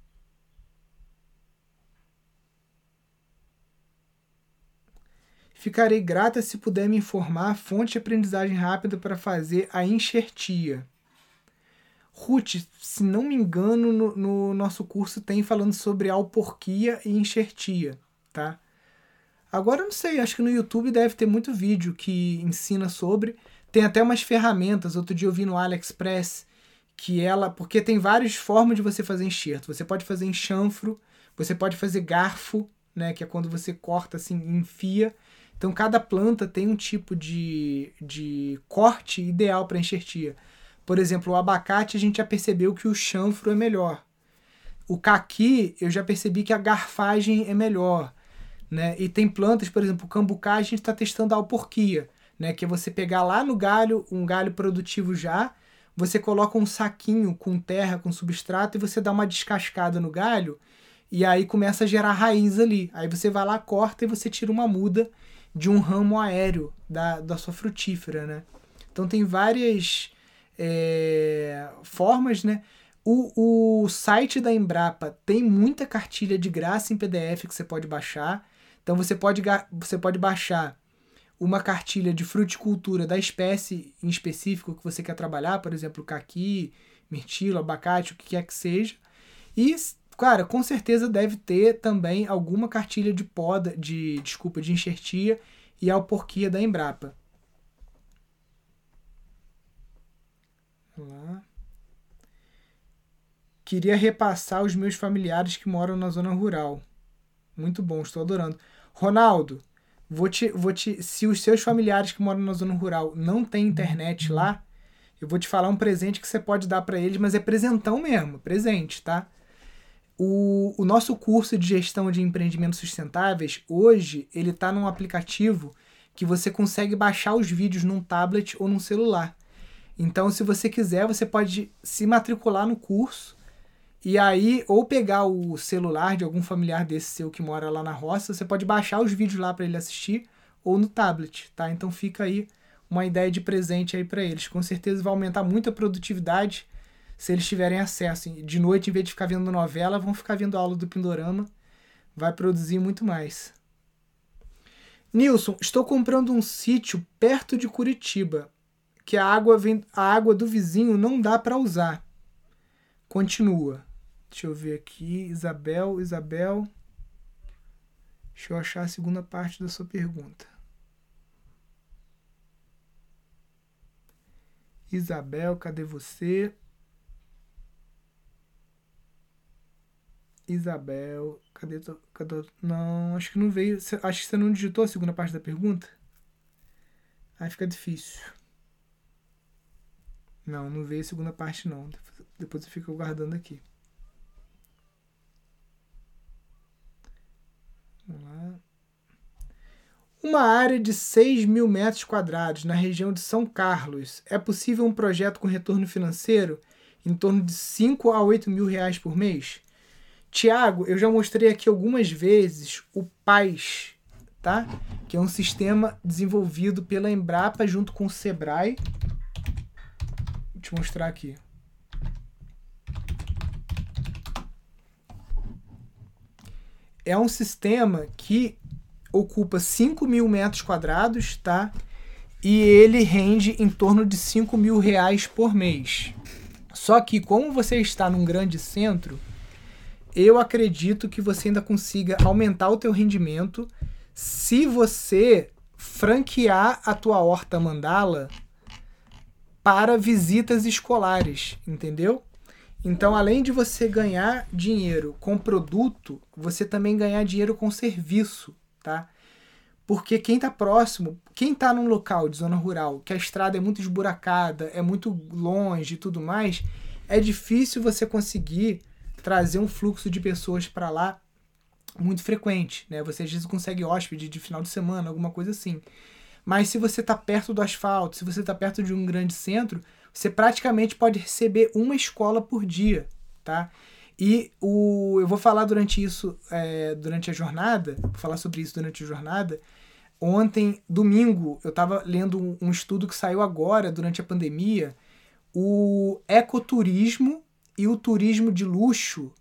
Ficarei grata se puder me informar fonte de aprendizagem rápida para fazer a enxertia. Ruth, se não me engano, no nosso curso tem falando sobre alporquia e enxertia, tá? Agora eu não sei, acho que no YouTube deve ter muito vídeo que ensina sobre. Tem até umas ferramentas, outro dia eu vi no AliExpress, porque tem várias formas de você fazer enxerto. Você pode fazer em chanfro, você pode fazer garfo, né, que é quando você corta assim, enfia. Então cada planta tem um tipo de corte ideal para enxertia. Por exemplo, o abacate a gente já percebeu que o chanfro é melhor. O caqui eu já percebi que a garfagem é melhor. Né? E tem plantas, por exemplo, o cambucá a gente está testando a alporquia, né? Que é você pegar lá no galho, um galho produtivo já, você coloca um saquinho com terra, com substrato, e você dá uma descascada no galho, e aí começa a gerar raiz ali. Aí você vai lá, corta e você tira uma muda de um ramo aéreo da sua frutífera, né? Então tem várias formas, né? O site da Embrapa tem muita cartilha de graça em PDF que você pode baixar. Então você pode baixar uma cartilha de fruticultura da espécie em específico que você quer trabalhar, por exemplo, caqui, mirtilo, abacate, o que quer que seja. E, cara, com certeza deve ter também alguma cartilha de poda, de enxertia e alporquia da Embrapa. Vamos lá. Queria repassar os meus familiares que moram na zona rural. Muito bom, estou adorando. Ronaldo, se os seus familiares que moram na zona rural não têm internet lá, eu vou te falar um presente que você pode dar para eles, mas é presentão mesmo, presente, tá? O nosso curso de gestão de empreendimentos sustentáveis, hoje, ele está num aplicativo que você consegue baixar os vídeos num tablet ou num celular. Então, se você quiser, você pode se matricular no curso e aí, ou pegar o celular de algum familiar desse seu que mora lá na roça, você pode baixar os vídeos lá para ele assistir, ou no tablet, tá? Então fica aí uma ideia de presente aí para eles. Com certeza vai aumentar muito a produtividade se eles tiverem acesso. De noite, em vez de ficar vendo novela, vão ficar vendo aula do Pindorama. Vai produzir muito mais. Nilson, estou comprando um sítio perto de Curitiba, que a água do vizinho não dá para usar. Continua. Deixa eu ver aqui. Isabel. Deixa eu achar a segunda parte da sua pergunta. Isabel, cadê você? Isabel, cadê? Não, acho que não veio. Acho que você não digitou a segunda parte da pergunta? Aí fica difícil. Não veio a segunda parte não. Depois eu fico guardando aqui. Vamos lá. Uma área de 6.000 metros quadrados na região de São Carlos. É possível um projeto com retorno financeiro em torno de 5 a 8 mil reais por mês? Tiago, eu já mostrei aqui algumas vezes o PAIS, tá? Que é um sistema desenvolvido pela Embrapa junto com o Sebrae. Vou te mostrar aqui. É um sistema que ocupa 5.000 metros quadrados, tá? E ele rende em torno de 5 mil reais por mês. Só que como você está num grande centro, eu acredito que você ainda consiga aumentar o teu rendimento se você franquear a tua horta mandala para visitas escolares, entendeu? Então, além de você ganhar dinheiro com produto, você também ganhar dinheiro com serviço, tá? Porque quem está próximo, quem está num local de zona rural, que a estrada é muito esburacada, é muito longe e tudo mais, é difícil você conseguir trazer um fluxo de pessoas para lá muito frequente, né? Você às vezes consegue hóspede de final de semana, alguma coisa assim. Mas se você está perto do asfalto, se você está perto de um grande centro, você praticamente pode receber uma escola por dia, tá? E eu vou falar durante a jornada, vou falar sobre isso durante a jornada. Ontem, domingo, eu estava lendo um estudo que saiu agora, durante a pandemia, o ecoturismo e o turismo de luxo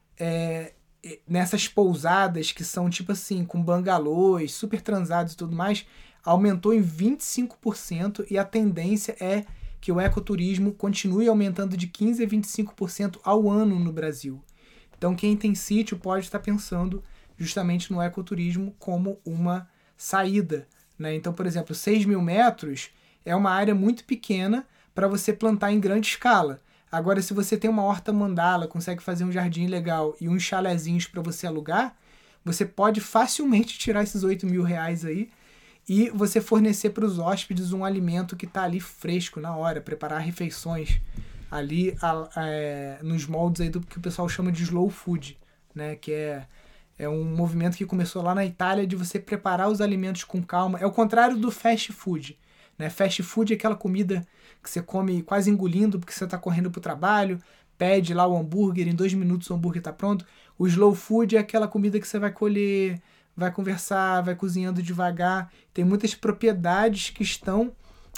nessas pousadas que são tipo assim, com bangalôs, super transados e tudo mais, aumentou em 25% e a tendência é que o ecoturismo continue aumentando de 15% a 25% ao ano no Brasil. Então quem tem sítio pode estar pensando justamente no ecoturismo como uma saída, né? Então, por exemplo, 6.000 metros é uma área muito pequena para você plantar em grande escala. Agora, se você tem uma horta mandala, consegue fazer um jardim legal e uns chalezinhos para você alugar, você pode facilmente tirar esses 8 mil reais aí e você fornecer para os hóspedes um alimento que está ali fresco na hora, preparar refeições ali nos moldes aí do que o pessoal chama de slow food, né? Que é um movimento que começou lá na Itália de você preparar os alimentos com calma. É o contrário do fast food, né? Fast food é aquela comida que você come quase engolindo porque você está correndo para o trabalho, pede lá o hambúrguer, em 2 minutos o hambúrguer está pronto. O slow food é aquela comida que você vai colher, vai conversar, vai cozinhando devagar. Tem muitas propriedades que estão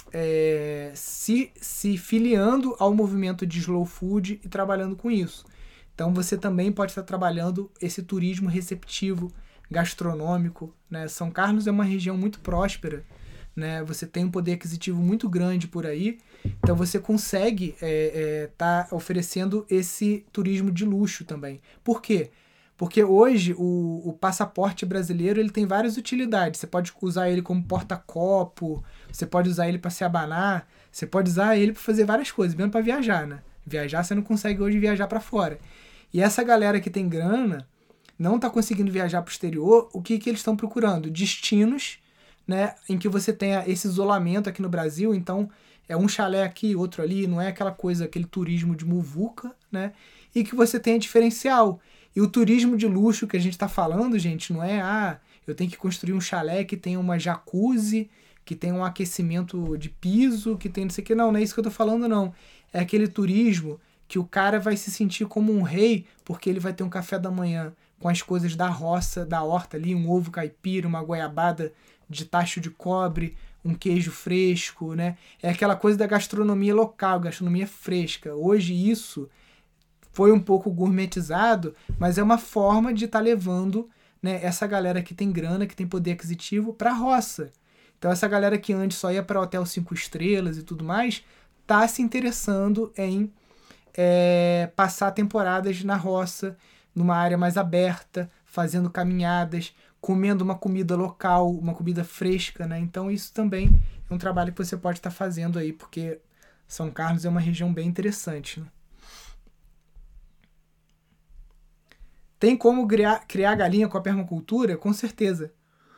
se filiando ao movimento de slow food e trabalhando com isso. Então você também pode estar trabalhando esse turismo receptivo, gastronômico, né? São Carlos é uma região muito próspera, né? Você tem um poder aquisitivo muito grande por aí, então você consegue tá oferecendo esse turismo de luxo também. Por quê? Porque hoje o passaporte brasileiro ele tem várias utilidades. Você pode usar ele como porta-copo, você pode usar ele para se abanar, você pode usar ele para fazer várias coisas, mesmo para viajar, né? Viajar você não consegue hoje viajar para fora. E essa galera que tem grana não está conseguindo viajar para o exterior, o que eles estão procurando? Destinos, né, em que você tenha esse isolamento aqui no Brasil, então é um chalé aqui, outro ali, não é aquela coisa, aquele turismo de muvuca, né? E que você tenha diferencial. E o turismo de luxo que a gente está falando, gente, não é, eu tenho que construir um chalé que tenha uma jacuzzi, que tenha um aquecimento de piso, que tem não sei o que. Não é isso que eu tô falando, não. É aquele turismo que o cara vai se sentir como um rei, porque ele vai ter um café da manhã com as coisas da roça, da horta ali, um ovo caipira, uma goiabada de tacho de cobre, um queijo fresco, né? É aquela coisa da gastronomia local, gastronomia fresca. Hoje isso foi um pouco gourmetizado, mas é uma forma de estar levando, né, essa galera que tem grana, que tem poder aquisitivo, para a roça. Então essa galera que antes só ia para hotel 5 estrelas e tudo mais, tá se interessando em passar temporadas na roça, numa área mais aberta, fazendo caminhadas, comendo uma comida local, uma comida fresca, né? Então isso também é um trabalho que você pode estar fazendo aí, porque São Carlos é uma região bem interessante, né? Tem como criar galinha com a permacultura? Com certeza.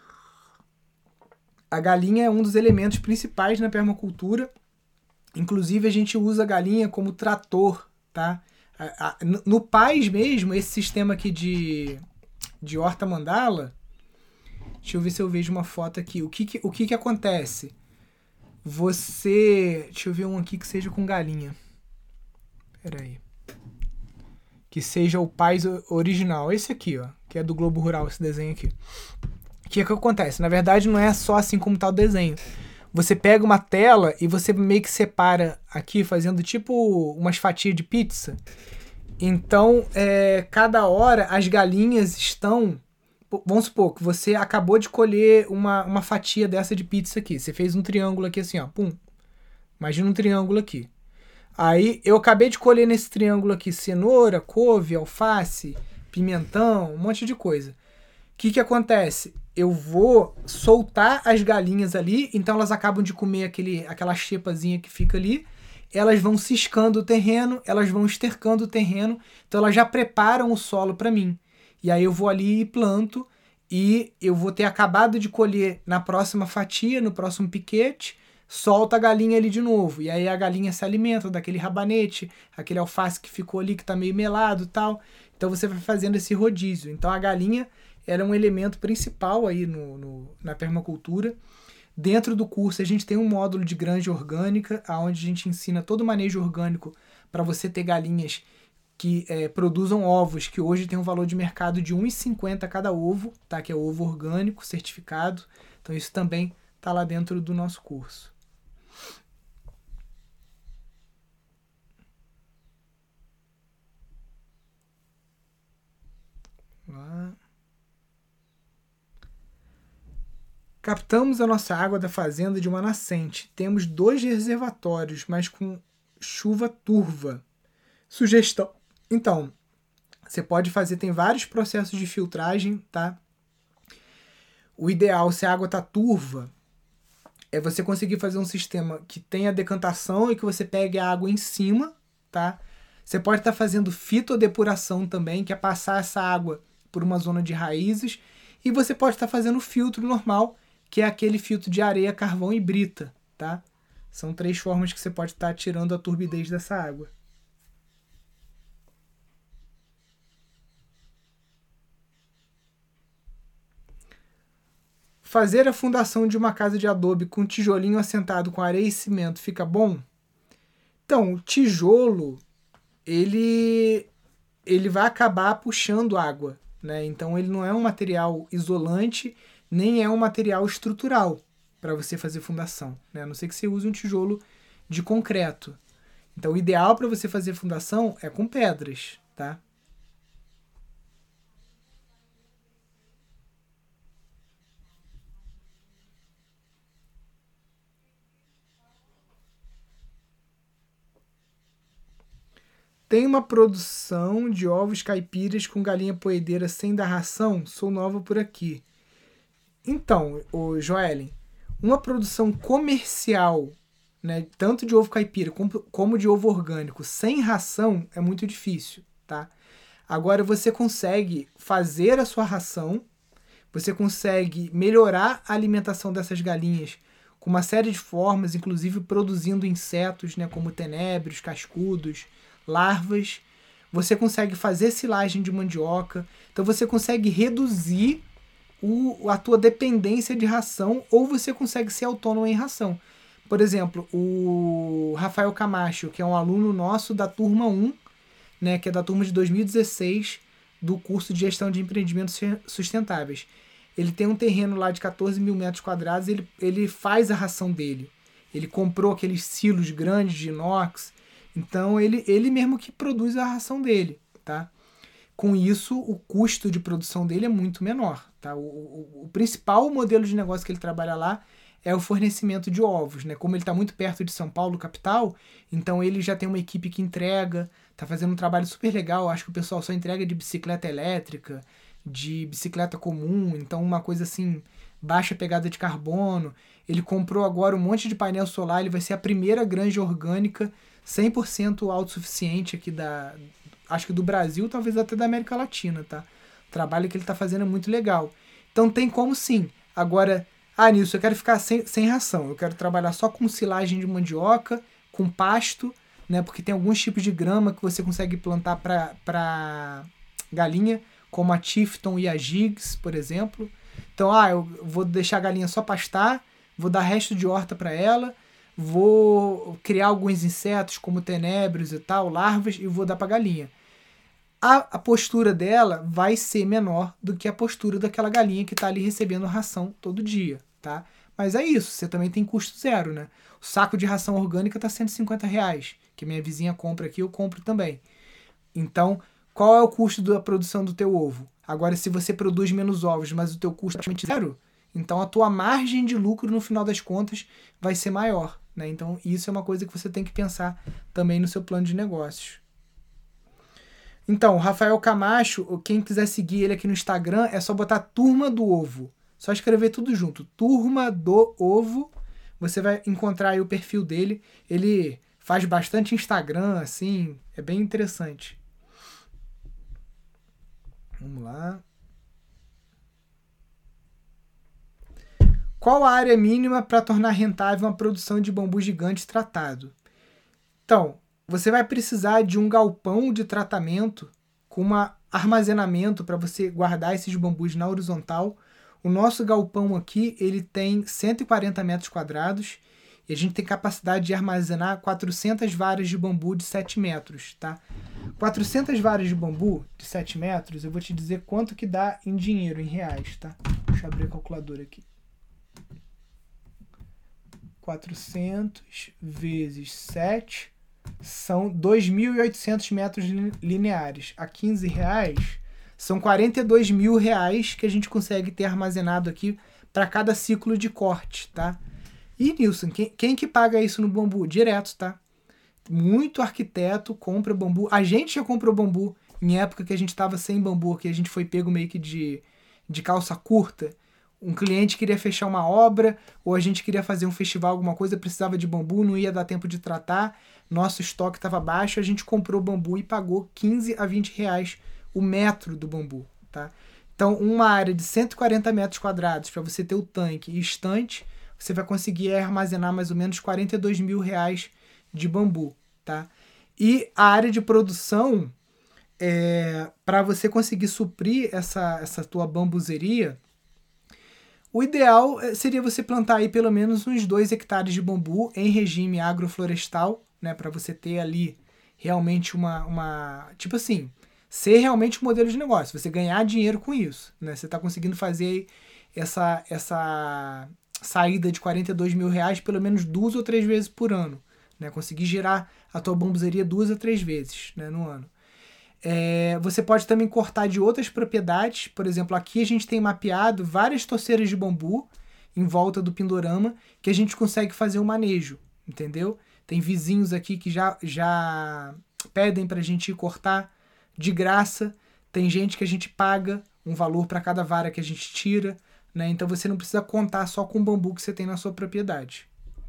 A galinha é um dos elementos principais na permacultura. Inclusive, a gente usa a galinha como trator, tá? No Paz mesmo, esse sistema aqui de horta mandala, deixa eu ver se eu vejo uma foto aqui. O que acontece? Deixa eu ver um aqui que seja com galinha. Pera aí. Que seja o Paz original. Esse aqui, ó. Que é do Globo Rural, esse desenho aqui. O que acontece? Na verdade, não é só assim como tá o desenho. Você pega uma tela e você meio que separa aqui, fazendo tipo umas fatias de pizza. Então, cada hora as galinhas estão... Vamos supor que você acabou de colher uma fatia dessa de pizza aqui. Você fez um triângulo aqui assim, ó. Pum. Imagina um triângulo aqui. Aí, eu acabei de colher nesse triângulo aqui cenoura, couve, alface, pimentão, um monte de coisa. O que acontece? Eu vou soltar as galinhas ali, então elas acabam de comer aquela xepazinha que fica ali, elas vão ciscando o terreno, elas vão estercando o terreno, então elas já preparam o solo para mim. E aí eu vou ali e planto, e eu vou ter acabado de colher na próxima fatia, no próximo piquete, solta a galinha ali de novo, e aí a galinha se alimenta daquele rabanete, aquele alface que ficou ali que tá meio melado e tal, então você vai fazendo esse rodízio. Então a galinha era um elemento principal aí na permacultura. Dentro do curso a gente tem um módulo de granja orgânica, onde a gente ensina todo o manejo orgânico para você ter galinhas que produzam ovos, que hoje tem um valor de mercado de R$ 1,50 cada ovo, tá? Que é ovo orgânico, certificado. Então isso também está lá dentro do nosso curso. Lá. Captamos a nossa água da fazenda de uma nascente. Temos 2 reservatórios, mas com chuva turva. Sugestão. Então, você pode fazer, tem vários processos de filtragem, tá? O ideal, se a água tá turva, é você conseguir fazer um sistema que tenha decantação e que você pegue a água em cima, tá? Você pode estar fazendo fitodepuração também, que é passar essa água por uma zona de raízes, e você pode estar fazendo filtro normal, que é aquele filtro de areia, carvão e brita, tá? São 3 formas que você pode estar tirando a turbidez dessa água. Fazer a fundação de uma casa de adobe com tijolinho assentado com areia e cimento fica bom? Então, o tijolo, ele vai acabar puxando água, né? Então ele não é um material isolante, nem é um material estrutural para você fazer fundação, né? A não ser que você use um tijolo de concreto. Então o ideal para você fazer fundação é com pedras, tá? Tem uma produção de ovos caipiras com galinha poedeira sem dar ração? Sou nova por aqui. Então, o Joellen, uma produção comercial, né, tanto de ovo caipira como de ovo orgânico, sem ração, é muito difícil, tá? Agora você consegue fazer a sua ração, você consegue melhorar a alimentação dessas galinhas com uma série de formas, inclusive produzindo insetos, né, como tenébrios, cascudos, larvas. Você consegue fazer silagem de mandioca, então você consegue reduzir a tua dependência de ração, ou você consegue ser autônomo em ração. Por exemplo, o Rafael Camacho, que é um aluno nosso da turma 1, né, que é da turma de 2016, do curso de gestão de empreendimentos sustentáveis. Ele tem um terreno lá de 14 mil metros quadrados, ele faz a ração dele. Ele comprou aqueles silos grandes de inox, então ele mesmo que produz a ração dele, tá? Com isso, o custo de produção dele é muito menor, tá? O principal modelo de negócio que ele trabalha lá é o fornecimento de ovos, né? Como ele está muito perto de São Paulo, capital, então ele já tem uma equipe que entrega, tá fazendo um trabalho super legal. Acho que o pessoal só entrega de bicicleta elétrica, de bicicleta comum, então uma coisa assim, baixa pegada de carbono. Ele comprou agora um monte de painel solar, ele vai ser a primeira granja orgânica 100% autossuficiente aqui acho que do Brasil, talvez até da América Latina, tá? O trabalho que ele tá fazendo é muito legal. Então tem como sim. Agora, Nilson, eu quero ficar sem ração. Eu quero trabalhar só com silagem de mandioca, com pasto, né? Porque tem alguns tipos de grama que você consegue plantar para galinha, como a Tifton e a Gigs, por exemplo. Então, eu vou deixar a galinha só pastar, vou dar resto de horta para ela, vou criar alguns insetos como tenébrios e tal, larvas, e vou dar para galinha. A postura dela vai ser menor do que a postura daquela galinha que está ali recebendo ração todo dia, tá? Mas é isso, você também tem custo zero, né? O saco de ração orgânica está R$150, que minha vizinha compra aqui, eu compro também. Então, qual é o custo da produção do teu ovo? Agora, se você produz menos ovos, mas o teu custo é praticamente zero, então a tua margem de lucro, no final das contas, vai ser maior, né? Então, isso é uma coisa que você tem que pensar também no seu plano de negócios. Então, o Rafael Camacho, quem quiser seguir ele aqui no Instagram, é só botar Turma do Ovo. Só escrever tudo junto. Turma do Ovo. Você vai encontrar aí o perfil dele. Ele faz bastante Instagram, assim. É bem interessante. Vamos lá. Qual a área mínima para tornar rentável uma produção de bambu gigante tratado? Então, você vai precisar de um galpão de tratamento com um armazenamento para você guardar esses bambus na horizontal. O nosso galpão aqui, ele tem 140 metros quadrados e a gente tem capacidade de armazenar 400 varas de bambu de 7 metros, tá? 400 varas de bambu de 7 metros, eu vou te dizer quanto que dá em dinheiro, em reais, tá? Deixa eu abrir a calculadora aqui. 400 vezes 7 são 2.800 metros lineares. A R$15 são R$42.000 que a gente consegue ter armazenado aqui para cada ciclo de corte, tá? E, Nilson, quem que paga isso no bambu? Direto, tá? Muito arquiteto compra bambu. A gente já comprou bambu em época que a gente estava sem bambu, que a gente foi pego meio que de calça curta. Um cliente queria fechar uma obra, ou a gente queria fazer um festival, alguma coisa, precisava de bambu, não ia dar tempo de tratar, nosso estoque estava baixo, a gente comprou bambu e pagou 15 a 20 reais o metro do bambu, tá? Então, uma área de 140 metros quadrados, para você ter o tanque e estante, você vai conseguir armazenar mais ou menos R$42.000 de bambu, tá? E a área de produção, para você conseguir suprir essa tua bambuzeria, o ideal seria você plantar aí pelo menos uns 2 hectares de bambu em regime agroflorestal, né, para você ter ali realmente tipo assim, ser realmente um modelo de negócio, você ganhar dinheiro com isso, né? Você está conseguindo fazer essa saída de R$42.000 pelo menos 2 ou 3 vezes por ano, né? Conseguir girar a tua bambuzeria 2 a 3 vezes, né, no ano. Você pode também cortar de outras propriedades. Por exemplo, aqui a gente tem mapeado várias torceiras de bambu em volta do Pindorama que a gente consegue fazer um manejo, entendeu? Tem vizinhos aqui que já pedem pra gente ir cortar de graça. Tem gente que a gente paga um valor para cada vara que a gente tira, né? Então você não precisa contar só com o bambu que você tem na sua propriedade.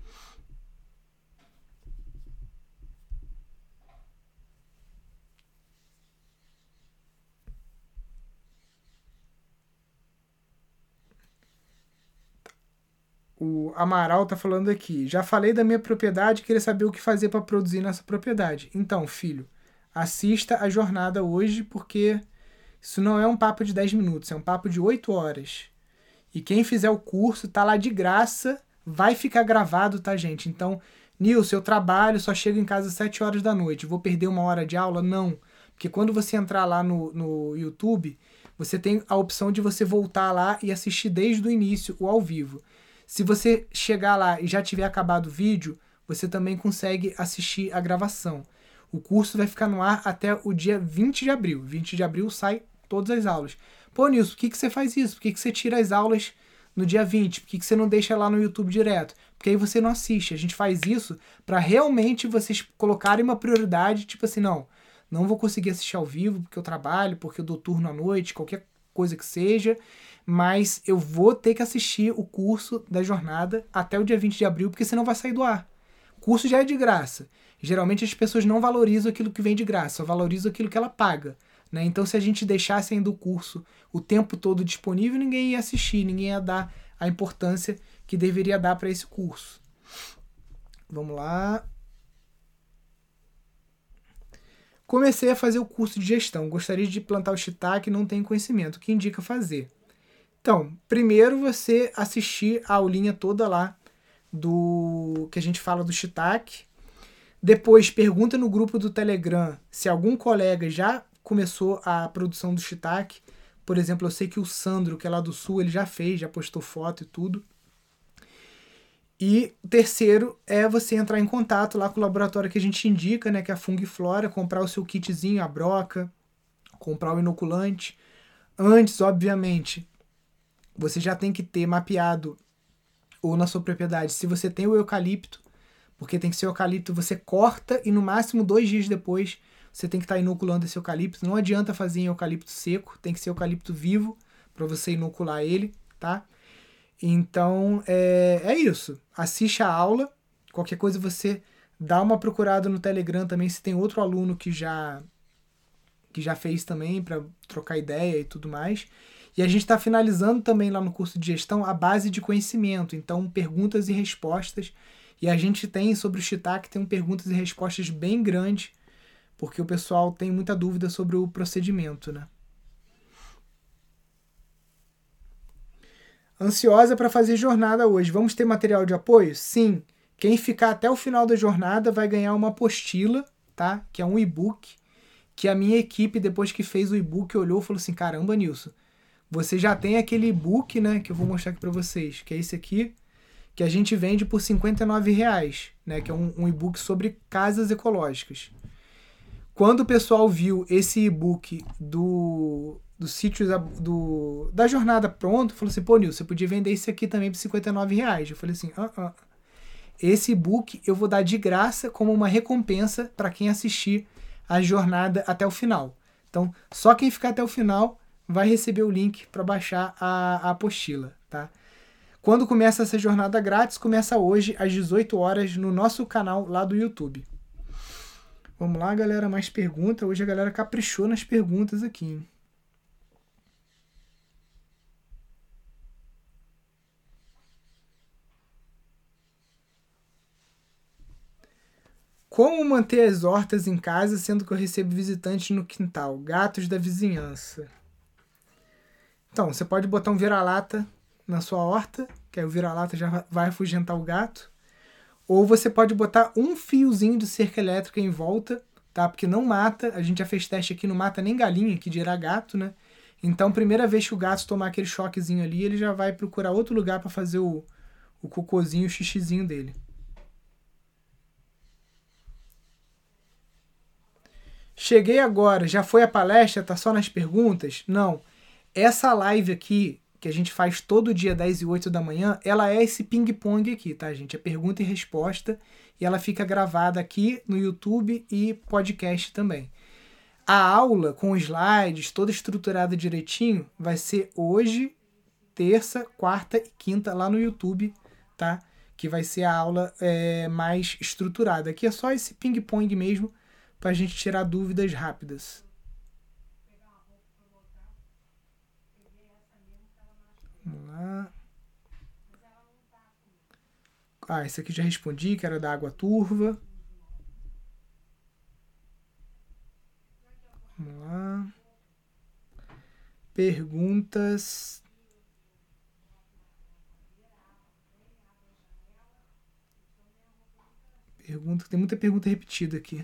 O Amaral tá falando aqui. Já falei da minha propriedade, queria saber o que fazer para produzir nessa propriedade. Então, filho, assista a jornada hoje, porque isso não é um papo de 10 minutos, é um papo de 8 horas. E quem fizer o curso tá lá de graça, vai ficar gravado, tá, gente? Então, Nilson, eu trabalho, só chego em casa às 7 horas da noite. Vou perder 1 hora de aula? Não. Porque quando você entrar lá no YouTube, você tem a opção de você voltar lá e assistir desde o início, o ao vivo. Se você chegar lá e já tiver acabado o vídeo, você também consegue assistir a gravação. O curso vai ficar no ar até o dia 20 de abril. 20 de abril sai todas as aulas. Pô, Nilson, por que você faz isso? Por que você tira as aulas no dia 20? Por que você não deixa lá no YouTube direto? Porque aí você não assiste. A gente faz isso para realmente vocês colocarem uma prioridade, tipo assim, não vou conseguir assistir ao vivo porque eu trabalho, porque eu dou turno à noite, qualquer coisa que seja, mas eu vou ter que assistir o curso da jornada até o dia 20 de abril, porque senão vai sair do ar. O curso já é de graça. Geralmente as pessoas não valorizam aquilo que vem de graça, só valorizam aquilo que ela paga. Né? Então, se a gente deixasse ainda o curso o tempo todo disponível, ninguém ia assistir, ninguém ia dar a importância que deveria dar para esse curso. Vamos lá. Comecei a fazer o curso de gestão. Gostaria de plantar o shiitake e não tenho conhecimento. O que indica fazer? Então, primeiro você assistir a aulinha toda lá do que a gente fala do shiitake. Depois pergunta no grupo do Telegram se algum colega já começou a produção do shiitake. Por exemplo, eu sei que o Sandro, que é lá do Sul, ele já fez, já postou foto e tudo. E o terceiro é você entrar em contato lá com o laboratório que a gente indica, né, que é a Fungiflora, comprar o seu kitzinho, a broca, comprar o inoculante. Antes, obviamente, você já tem que ter mapeado, ou na sua propriedade, se você tem o eucalipto, porque tem que ser o eucalipto, você corta e no máximo 2 dias depois você tem que estar inoculando esse eucalipto. Não adianta fazer em eucalipto seco, tem que ser eucalipto vivo para você inocular ele, tá? Então, é isso. Assiste a aula. Qualquer coisa você dá uma procurada no Telegram também, se tem outro aluno que já fez também, para trocar ideia e tudo mais. E a gente está finalizando também lá no curso de gestão a base de conhecimento. Então, perguntas e respostas. E a gente tem, sobre o shiitake, tem perguntas e respostas bem grandes, porque o pessoal tem muita dúvida sobre o procedimento, né? Ansiosa para fazer jornada hoje. Vamos ter material de apoio? Sim. Quem ficar até o final da jornada vai ganhar uma apostila, tá? Que é um e-book, que a minha equipe, depois que fez o e-book, olhou e falou assim, caramba, Nilson, você já tem aquele e-book, né, que eu vou mostrar aqui para vocês, que é esse aqui, que a gente vende por R$59, né, que é um e-book sobre casas ecológicas. Quando o pessoal viu esse e-book do sítio da jornada pronto, falou assim, pô, Nilson, você podia vender esse aqui também por R$59. Eu falei assim, esse e-book eu vou dar de graça como uma recompensa para quem assistir a jornada até o final. Então, só quem ficar até o final vai receber o link para baixar a apostila, tá? Quando começa essa jornada grátis, começa hoje às 18 horas no nosso canal lá do YouTube. Vamos lá, galera, mais perguntas. Hoje a galera caprichou nas perguntas aqui, hein? Como manter as hortas em casa, sendo que eu recebo visitantes no quintal? Gatos da vizinhança. Então, você pode botar um vira-lata na sua horta, que aí o vira-lata já vai afugentar o gato. Ou você pode botar um fiozinho de cerca elétrica em volta, tá? Porque não mata, a gente já fez teste aqui, não mata nem galinha, que dirá gato, né? Então, primeira vez que o gato tomar aquele choquezinho ali, ele já vai procurar outro lugar para fazer o cocôzinho, o xixizinho dele. Cheguei agora, já foi a palestra? Tá só nas perguntas? Não. Essa live aqui, que a gente faz todo dia 10 e 8 da manhã, ela é esse ping-pong aqui, tá, gente? É pergunta e resposta, e ela fica gravada aqui no YouTube e podcast também. A aula com slides, toda estruturada direitinho, vai ser hoje, terça, quarta e quinta lá no YouTube, tá? Que vai ser a aula mais estruturada. Aqui é só esse ping-pong mesmo, pra gente tirar dúvidas rápidas. Vamos lá. Esse aqui já respondi, que era da água turva. Vamos lá. Perguntas. Tem muita pergunta repetida aqui.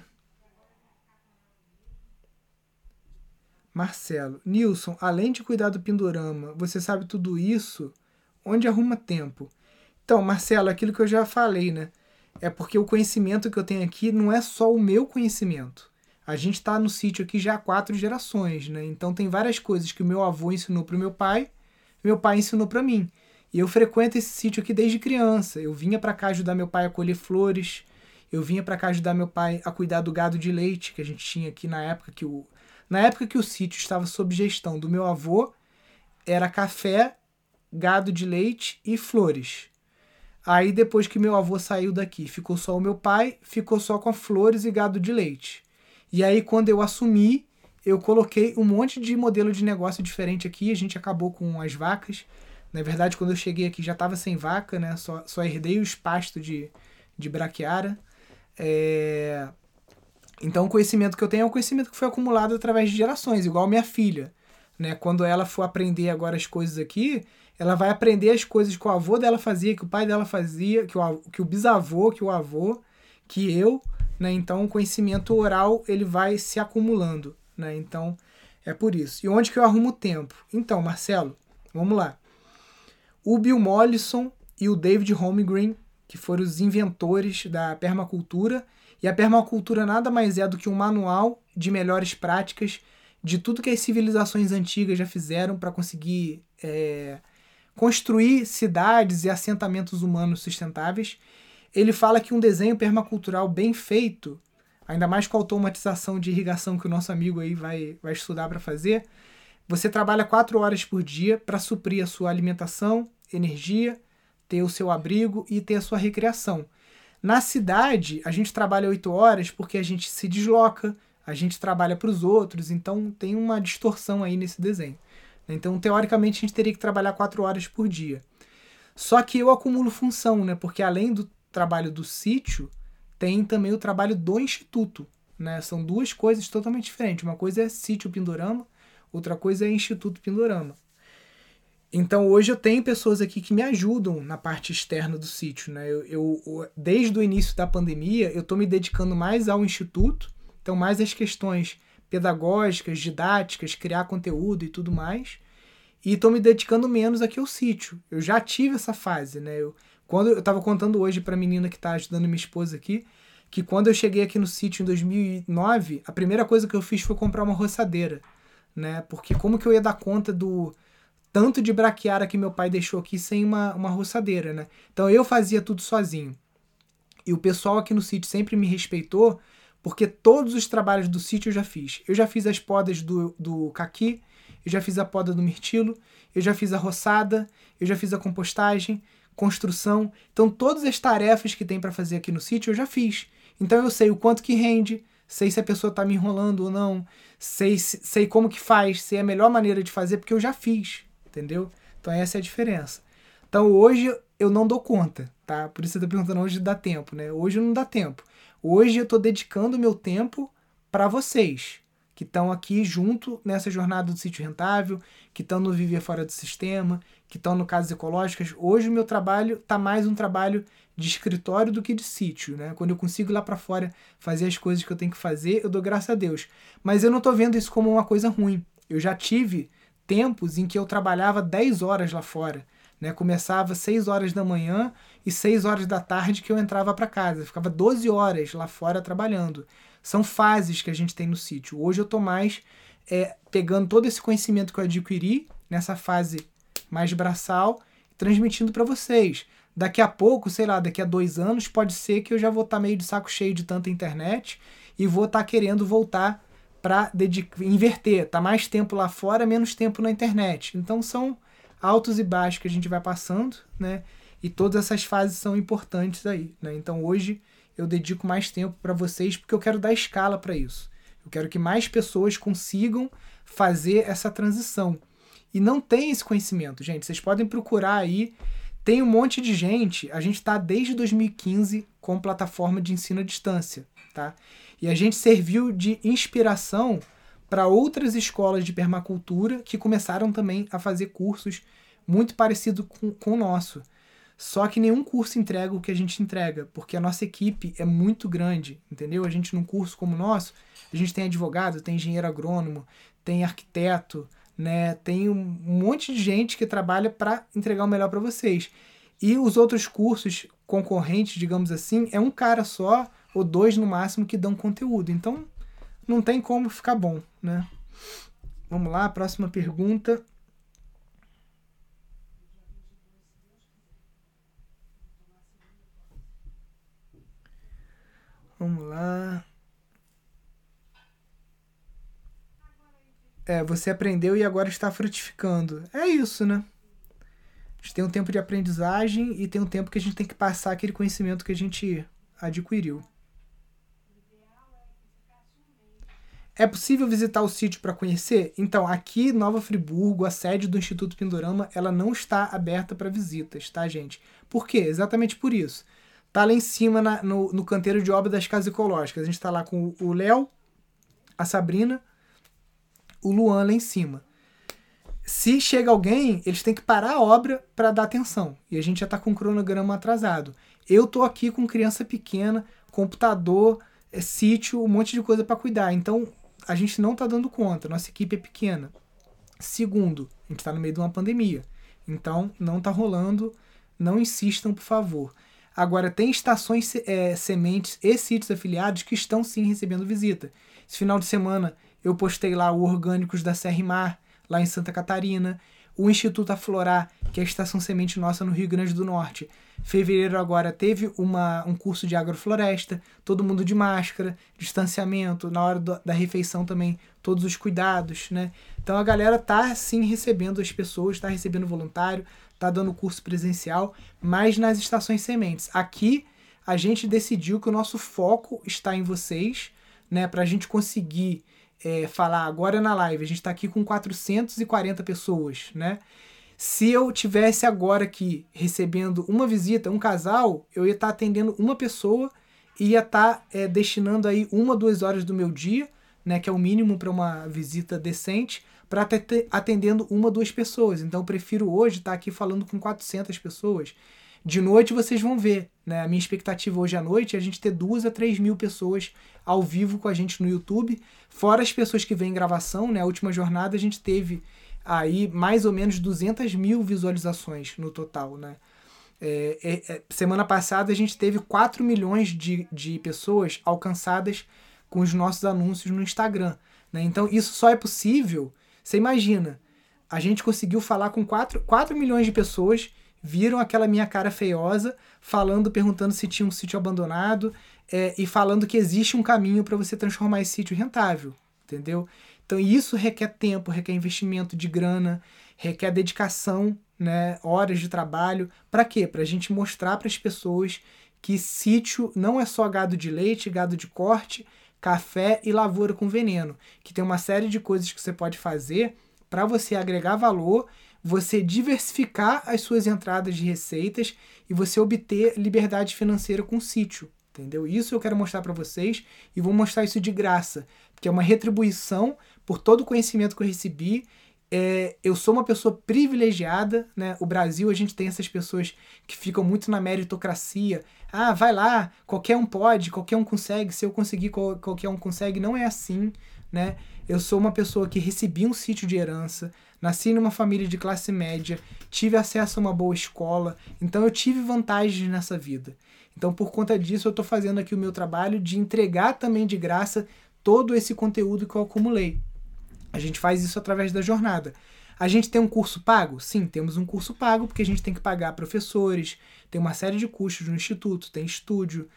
Marcelo. Nilson, além de cuidar do Pindorama, você sabe tudo isso? Onde arruma tempo? Então, Marcelo, aquilo que eu já falei, né? É porque o conhecimento que eu tenho aqui não é só o meu conhecimento. A gente está no sítio aqui já há 4 gerações, né? Então tem várias coisas que o meu avô ensinou para o meu pai ensinou para mim. E eu frequento esse sítio aqui desde criança. Eu vinha para cá ajudar meu pai a colher flores. Eu vinha para cá ajudar meu pai a cuidar do gado de leite que a gente tinha aqui na época que o sítio estava sob gestão do meu avô. Era café, gado de leite e flores. Aí depois que meu avô saiu daqui, ficou só o meu pai, ficou só com flores e gado de leite. E aí quando eu assumi, eu coloquei um monte de modelo de negócio diferente aqui, a gente acabou com as vacas. Na verdade, quando eu cheguei aqui já estava sem vaca, né? Só herdei os pastos de braquiara. Então o conhecimento que eu tenho é um conhecimento que foi acumulado através de gerações, igual minha filha. Né? Quando ela for aprender agora as coisas aqui, ela vai aprender as coisas que o avô dela fazia, que o pai dela fazia, que o bisavô, que o avô, que eu. Né? Então o conhecimento oral ele vai se acumulando. Né? Então é por isso. E onde que eu arrumo tempo? Então, Marcelo, vamos lá. O Bill Mollison e o David Holmgren, que foram os inventores da permacultura, e a permacultura nada mais é do que um manual de melhores práticas de tudo que as civilizações antigas já fizeram para conseguir construir cidades e assentamentos humanos sustentáveis. Ele fala que um desenho permacultural bem feito, ainda mais com a automatização de irrigação que o nosso amigo aí vai estudar para fazer, você trabalha 4 horas por dia para suprir a sua alimentação, energia, ter o seu abrigo e ter a sua recreação. Na cidade, a gente trabalha 8 horas porque a gente se desloca, a gente trabalha para os outros, então tem uma distorção aí nesse desenho. Então, teoricamente, a gente teria que trabalhar 4 horas por dia. Só que eu acumulo função, né? Porque além do trabalho do sítio, tem também o trabalho do instituto. Né? São duas coisas totalmente diferentes. Uma coisa é sítio Pindorama, outra coisa é Instituto Pindorama. Então hoje eu tenho pessoas aqui que me ajudam na parte externa do sítio. Né? Desde o início da pandemia, eu estou me dedicando mais ao Instituto, então mais às questões pedagógicas, didáticas, criar conteúdo e tudo mais. E estou me dedicando menos aqui ao sítio. Eu já tive essa fase. Né? Quando eu estava contando hoje para a menina que está ajudando minha esposa aqui, que quando eu cheguei aqui no sítio em 2009, a primeira coisa que eu fiz foi comprar uma roçadeira. Né? Porque como que eu ia dar conta do tanto de braquiara que meu pai deixou aqui sem uma roçadeira, né? Então eu fazia tudo sozinho. E o pessoal aqui no sítio sempre me respeitou, porque todos os trabalhos do sítio eu já fiz. Eu já fiz as podas do caqui, eu já fiz a poda do mirtilo, eu já fiz a roçada, eu já fiz a compostagem, construção. Então todas as tarefas que tem para fazer aqui no sítio eu já fiz. Então eu sei o quanto que rende, sei se a pessoa está me enrolando ou não, sei como que faz, sei a melhor maneira de fazer, porque eu já fiz. Entendeu? Então essa é a diferença. Então hoje eu não dou conta, tá? Por isso você tá perguntando hoje dá tempo, né? Hoje não dá tempo. Hoje eu tô dedicando meu tempo para vocês, que estão aqui junto nessa jornada do sítio rentável, que estão no Viver Fora do Sistema, que estão no Casas Ecológicas. Hoje o meu trabalho tá mais um trabalho de escritório do que de sítio, né? Quando eu consigo ir lá para fora fazer as coisas que eu tenho que fazer, eu dou graças a Deus. Mas eu não tô vendo isso como uma coisa ruim. Eu já tive tempos em que eu trabalhava 10 horas lá fora. Né? Começava 6 horas da manhã e 6 horas da tarde que eu entrava para casa. Eu ficava 12 horas lá fora trabalhando. São fases que a gente tem no sítio. Hoje eu estou mais pegando todo esse conhecimento que eu adquiri nessa fase mais braçal e transmitindo para vocês. Daqui a pouco, sei lá, daqui a 2 anos, pode ser que eu já vou estar meio de saco cheio de tanta internet e vou estar querendo voltar para inverter, tá mais tempo lá fora, menos tempo na internet. Então são altos e baixos que a gente vai passando, né? E todas essas fases são importantes aí, né? Então hoje eu dedico mais tempo para vocês porque eu quero dar escala para isso. Eu quero que mais pessoas consigam fazer essa transição. E não tem esse conhecimento, gente. Vocês podem procurar aí. Tem um monte de gente. A gente está desde 2015 com plataforma de ensino à distância, tá? E a gente serviu de inspiração para outras escolas de permacultura que começaram também a fazer cursos muito parecidos com o nosso. Só que nenhum curso entrega o que a gente entrega, porque a nossa equipe é muito grande, entendeu? A gente, num curso como o nosso, a gente tem advogado, tem engenheiro agrônomo, tem arquiteto, né? Tem um monte de gente que trabalha para entregar o melhor para vocês. E os outros cursos concorrentes, digamos assim, é um cara só ou 2 no máximo que dão conteúdo. Então, não tem como ficar bom, né? Vamos lá, próxima pergunta. Vamos lá. Você aprendeu e agora está frutificando. É isso, né? gente tem um tempo de aprendizagem e tem um tempo que a gente tem que passar aquele conhecimento que a gente adquiriu. É possível visitar o sítio para conhecer? Então, aqui em Nova Friburgo, a sede do Instituto Pindorama, ela não está aberta para visitas, tá, gente? Por quê? Exatamente por isso. Tá lá em cima no canteiro de obra das casas ecológicas. A gente está lá com o Léo, a Sabrina, o Luan lá em cima. Se chega alguém, eles têm que parar a obra para dar atenção. E a gente já está com o cronograma atrasado. Eu tô aqui com criança pequena, computador, sítio, um monte de coisa para cuidar. Então, a gente não está dando conta. Nossa equipe é pequena. Segundo, a gente está no meio de uma pandemia. Então, não está rolando. Não insistam, por favor. Agora, tem estações sementes e sítios afiliados que estão sim recebendo visita. Esse final de semana, eu postei lá o Orgânicos da Serra e Mar, lá em Santa Catarina. O Instituto Aflorar, que é a estação semente nossa no Rio Grande do Norte. Fevereiro agora teve um curso de agrofloresta, todo mundo de máscara, distanciamento, na hora da refeição também, todos os cuidados, né? Então a galera tá sim recebendo as pessoas, tá recebendo voluntário, tá dando curso presencial, mas nas estações sementes. Aqui a gente decidiu que o nosso foco está em vocês, né? Pra gente conseguir falar agora na live, a gente está aqui com 440 pessoas, né? Se eu tivesse agora aqui recebendo uma visita, um casal, eu ia estar atendendo uma pessoa e ia estar destinando aí 1-2 horas do meu dia, né, que é o mínimo para uma visita decente, para estar atendendo 1-2 pessoas. Então eu prefiro hoje estar aqui falando com 400 pessoas. De noite vocês vão ver, né? A minha expectativa hoje à noite é a gente ter 2 a 3 mil pessoas ao vivo com a gente no YouTube, fora as pessoas que vêm em gravação, né? A última jornada a gente teve aí mais ou menos 200 mil visualizações no total, né? Semana passada a gente teve 4 milhões de pessoas alcançadas com os nossos anúncios no Instagram, né? Então isso só é possível, você imagina, a gente conseguiu falar com 4 milhões de pessoas, viram aquela minha cara feiosa, perguntando se tinha um sítio abandonado, e falando que existe um caminho para você transformar esse sítio rentável, entendeu? Então isso requer tempo, requer investimento de grana, requer dedicação, né, horas de trabalho. Para quê? Para a gente mostrar para as pessoas que sítio não é só gado de leite, gado de corte, café e lavoura com veneno, que tem uma série de coisas que você pode fazer para você agregar valor, você diversificar as suas entradas de receitas e você obter liberdade financeira com o sítio, entendeu? Isso eu quero mostrar para vocês e vou mostrar isso de graça, porque é uma retribuição por todo o conhecimento que eu recebi. Eu sou uma pessoa privilegiada, né? O Brasil, a gente tem essas pessoas que ficam muito na meritocracia. Ah, vai lá, qualquer um pode, qualquer um consegue, se eu conseguir, qualquer um consegue. Não é assim, né? Eu sou uma pessoa que recebi um sítio de herança, nasci numa família de classe média, tive acesso a uma boa escola, então eu tive vantagens nessa vida. Então, por conta disso, eu estou fazendo aqui o meu trabalho de entregar também de graça todo esse conteúdo que eu acumulei. A gente faz isso através da jornada. A gente tem um curso pago? Sim, temos um curso pago, porque a gente tem que pagar professores, tem uma série de custos no instituto, tem estúdio,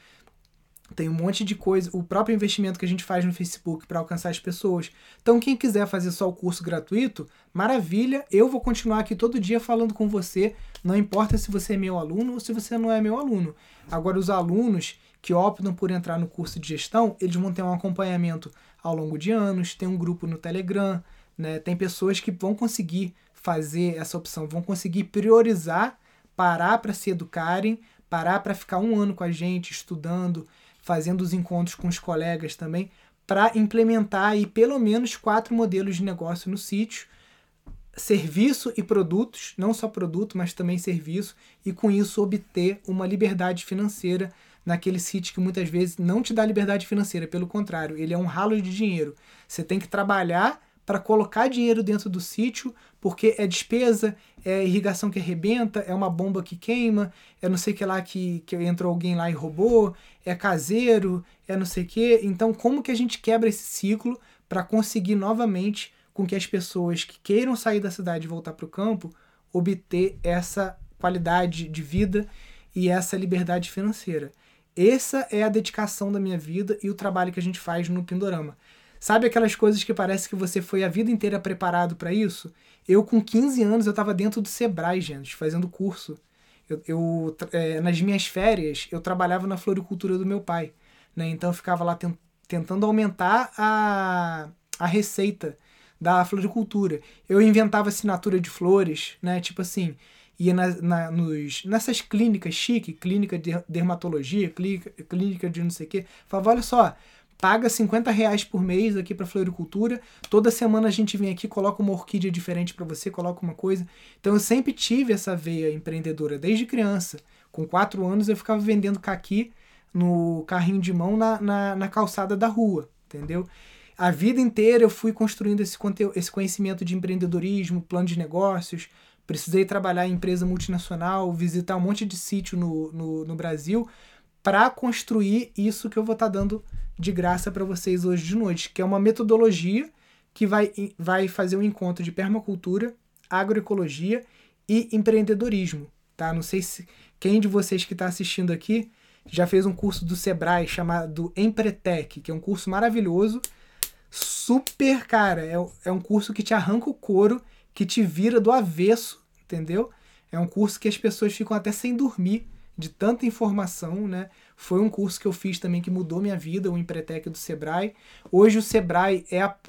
tem um monte de coisa, o próprio investimento que a gente faz no Facebook para alcançar as pessoas. Então, quem quiser fazer só o curso gratuito, maravilha, eu vou continuar aqui todo dia falando com você, não importa se você é meu aluno ou se você não é meu aluno. Agora, os alunos que optam por entrar no curso de gestão, eles vão ter um acompanhamento ao longo de anos, tem um grupo no Telegram, né? Tem pessoas que vão conseguir fazer essa opção, vão conseguir priorizar, parar para se educarem, parar para ficar 1 ano com a gente, estudando, fazendo os encontros com os colegas também, para implementar aí pelo menos 4 modelos de negócio no sítio, serviço e produtos, não só produto, mas também serviço, e com isso obter uma liberdade financeira naquele sítio que muitas vezes não te dá liberdade financeira, pelo contrário, ele é um ralo de dinheiro. Você tem que trabalhar para colocar dinheiro dentro do sítio, porque é despesa, é irrigação que arrebenta, é uma bomba que queima, é não sei o que lá que entrou alguém lá e roubou, é caseiro, é não sei o que. Então, como que a gente quebra esse ciclo para conseguir novamente com que as pessoas que queiram sair da cidade e voltar para o campo obter essa qualidade de vida e essa liberdade financeira? Essa é a dedicação da minha vida e o trabalho que a gente faz no Pindorama. Sabe aquelas coisas que parece que você foi a vida inteira preparado para isso? Eu, com 15 anos, eu estava dentro do Sebrae, gente, fazendo curso. Nas minhas férias, eu trabalhava na floricultura do meu pai, né? Então eu ficava lá tentando aumentar a receita da floricultura. Eu inventava assinatura de flores, né? Tipo assim, ia nessas clínicas chique, clínica de dermatologia, clínica de não sei o quê. Falava, olha só, paga R$50 por mês aqui para floricultura. Toda semana a gente vem aqui, coloca uma orquídea diferente para você, coloca uma coisa. Então eu sempre tive essa veia empreendedora desde criança. Com 4 anos eu ficava vendendo caqui no carrinho de mão na calçada da rua, entendeu? A vida inteira eu fui construindo esse conhecimento de empreendedorismo, plano de negócios. Precisei trabalhar em empresa multinacional, visitar um monte de sítio no Brasil para construir isso que eu vou estar dando de graça para vocês hoje de noite, que é uma metodologia que vai fazer um encontro de permacultura, agroecologia e empreendedorismo, tá? Não sei se quem de vocês que está assistindo aqui já fez um curso do Sebrae chamado Empretec, que é um curso maravilhoso, super, cara, é um curso que te arranca o couro, que te vira do avesso, entendeu? É um curso que as pessoas ficam até sem dormir de tanta informação, né? Foi um curso que eu fiz também que mudou minha vida, o Empretec do Sebrae. Hoje o Sebrae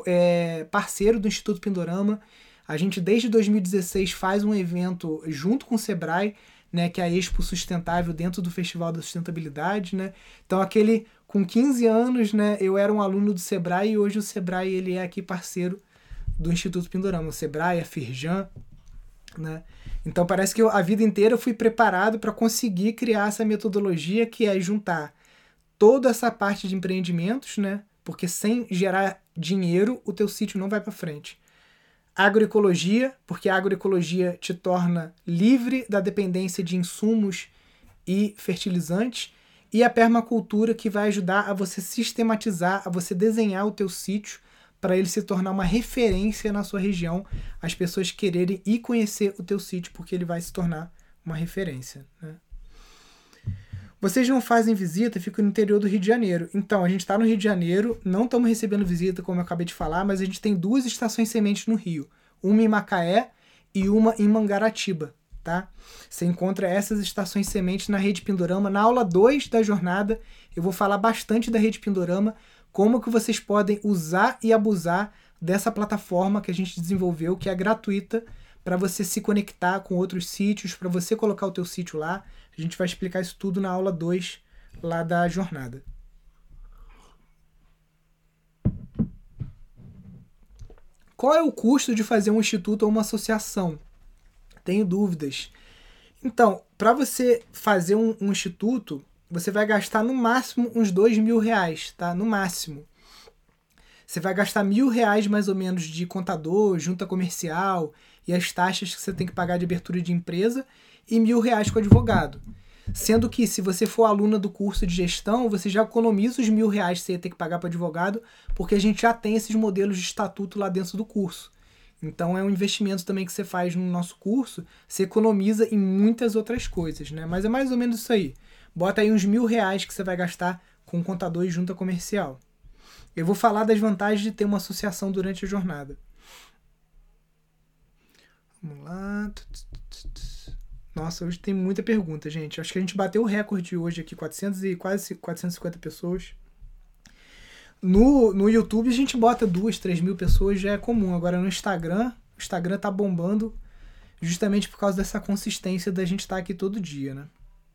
é parceiro do Instituto Pindorama. A gente, desde 2016, faz um evento junto com o Sebrae, né, que é a Expo Sustentável dentro do Festival da Sustentabilidade, né? Então, com 15 anos, né, eu era um aluno do Sebrae e hoje o Sebrae ele é aqui parceiro do Instituto Pindorama. O Sebrae, a Firjan, né? Então parece que a vida inteira eu fui preparado para conseguir criar essa metodologia que é juntar toda essa parte de empreendimentos, né? Porque sem gerar dinheiro, o teu sítio não vai para frente. Agroecologia, porque a agroecologia te torna livre da dependência de insumos e fertilizantes. E a permacultura, que vai ajudar a você sistematizar, a você desenhar o teu sítio para ele se tornar uma referência na sua região, as pessoas quererem ir conhecer o teu sítio, porque ele vai se tornar uma referência, né? Vocês não fazem visita, ficam no interior do Rio de Janeiro. Então, a gente está no Rio de Janeiro, não estamos recebendo visita, como eu acabei de falar, mas a gente tem 2 estações sementes no Rio. Uma em Macaé e uma em Mangaratiba, tá? Você encontra essas estações sementes na Rede Pindorama. Na aula 2 da jornada, eu vou falar bastante da Rede Pindorama, como que vocês podem usar e abusar dessa plataforma que a gente desenvolveu, que é gratuita, para você se conectar com outros sítios, para você colocar o teu sítio lá. A gente vai explicar isso tudo na aula 2 lá da jornada. Qual é o custo de fazer um instituto ou uma associação? Tenho dúvidas. Então, para você fazer um instituto, você vai gastar no máximo uns R$2.000, tá? No máximo. Você vai gastar R$1.000 mais ou menos de contador, junta comercial e as taxas que você tem que pagar de abertura de empresa e R$1.000 com advogado. Sendo que se você for aluna do curso de gestão, você já economiza os R$1.000 que você ia ter que pagar para advogado, porque a gente já tem esses modelos de estatuto lá dentro do curso. Então é um investimento também que você faz no nosso curso, você economiza em muitas outras coisas, né? Mas é mais ou menos isso aí. Bota aí uns R$1.000 que você vai gastar com contador e junta comercial. Eu vou falar das vantagens de ter uma associação durante a jornada. Vamos lá. Nossa, hoje tem muita pergunta, gente. Acho que a gente bateu o recorde hoje aqui, quase 450 pessoas. No YouTube a gente bota 2.000, 3.000 pessoas, já é comum. Agora no Instagram, o Instagram tá bombando justamente por causa dessa consistência da gente estar aqui todo dia, né?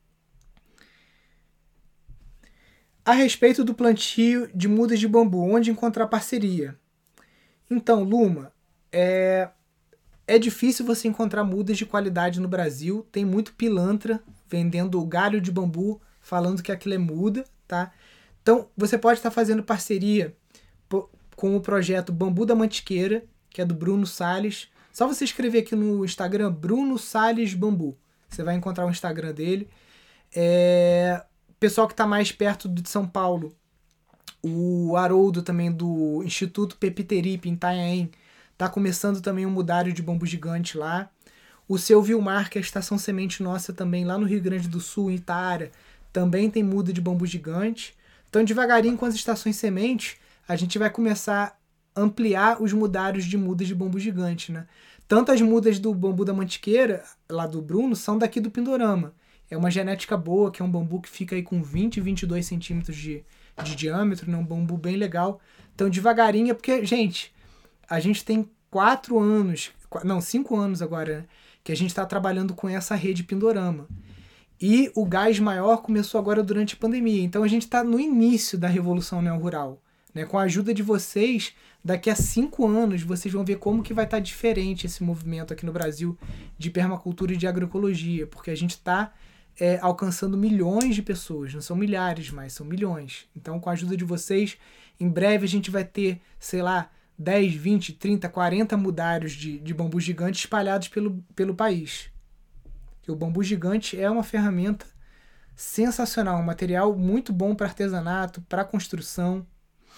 A respeito do plantio de mudas de bambu, onde encontrar parceria? Então, Luma, é difícil você encontrar mudas de qualidade no Brasil. Tem muito pilantra vendendo galho de bambu, falando que aquilo é muda, tá? Então, você pode estar fazendo parceria com o projeto Bambu da Mantiqueira, que é do Bruno Salles. Só você escrever aqui no Instagram, Bruno Salles Bambu. Você vai encontrar o Instagram dele. Pessoal que está mais perto de São Paulo, o Haroldo também do Instituto Pepiteri, em Itanhaém, está começando também um mudário de bambu gigante lá. O seu Vilmar, que é a estação semente nossa também, lá no Rio Grande do Sul, em Itaara, também tem muda de bambu gigante. Então, devagarinho com as estações semente, a gente vai começar a ampliar os mudários de mudas de bambu gigante, né? Tanto as mudas do bambu da Mantiqueira, lá do Bruno, são daqui do Pindorama. É uma genética boa, que é um bambu que fica aí com 20, 22 centímetros de diâmetro, né? Um bambu bem legal. Então, devagarinho, porque, gente, a gente tem 4 anos, não, 5 anos agora, né? Que a gente está trabalhando com essa rede Pindorama. E o gás maior começou agora durante a pandemia. Então, a gente está no início da revolução neorrural. Né? Com a ajuda de vocês, daqui a 5 anos, vocês vão ver como que vai estar diferente esse movimento aqui no Brasil de permacultura e de agroecologia, porque a gente está alcançando milhões de pessoas, não são milhares mais, são milhões. Então, com a ajuda de vocês, em breve a gente vai ter, sei lá, 10, 20, 30, 40 mudários de bambu gigante espalhados pelo país. E o bambu gigante é uma ferramenta sensacional, um material muito bom para artesanato, para construção.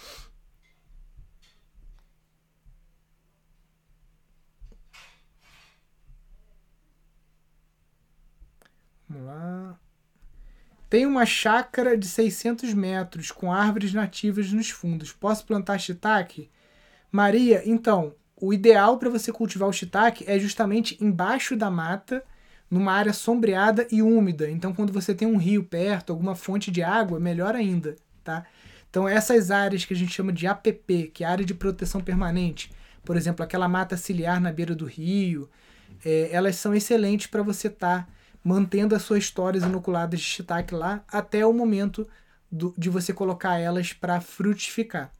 Vamos lá. Tem uma chácara de 600 metros com árvores nativas nos fundos. Posso plantar shiitake? Maria, então, o ideal para você cultivar o shiitake é justamente embaixo da mata, numa área sombreada e úmida. Então, quando você tem um rio perto, alguma fonte de água, melhor ainda, tá? Então, essas áreas que a gente chama de APP, que é a área de proteção permanente, por exemplo, aquela mata ciliar na beira do rio, elas são excelentes para você estar mantendo as suas histórias inoculadas de shiitake lá até o momento de você colocar elas para frutificar.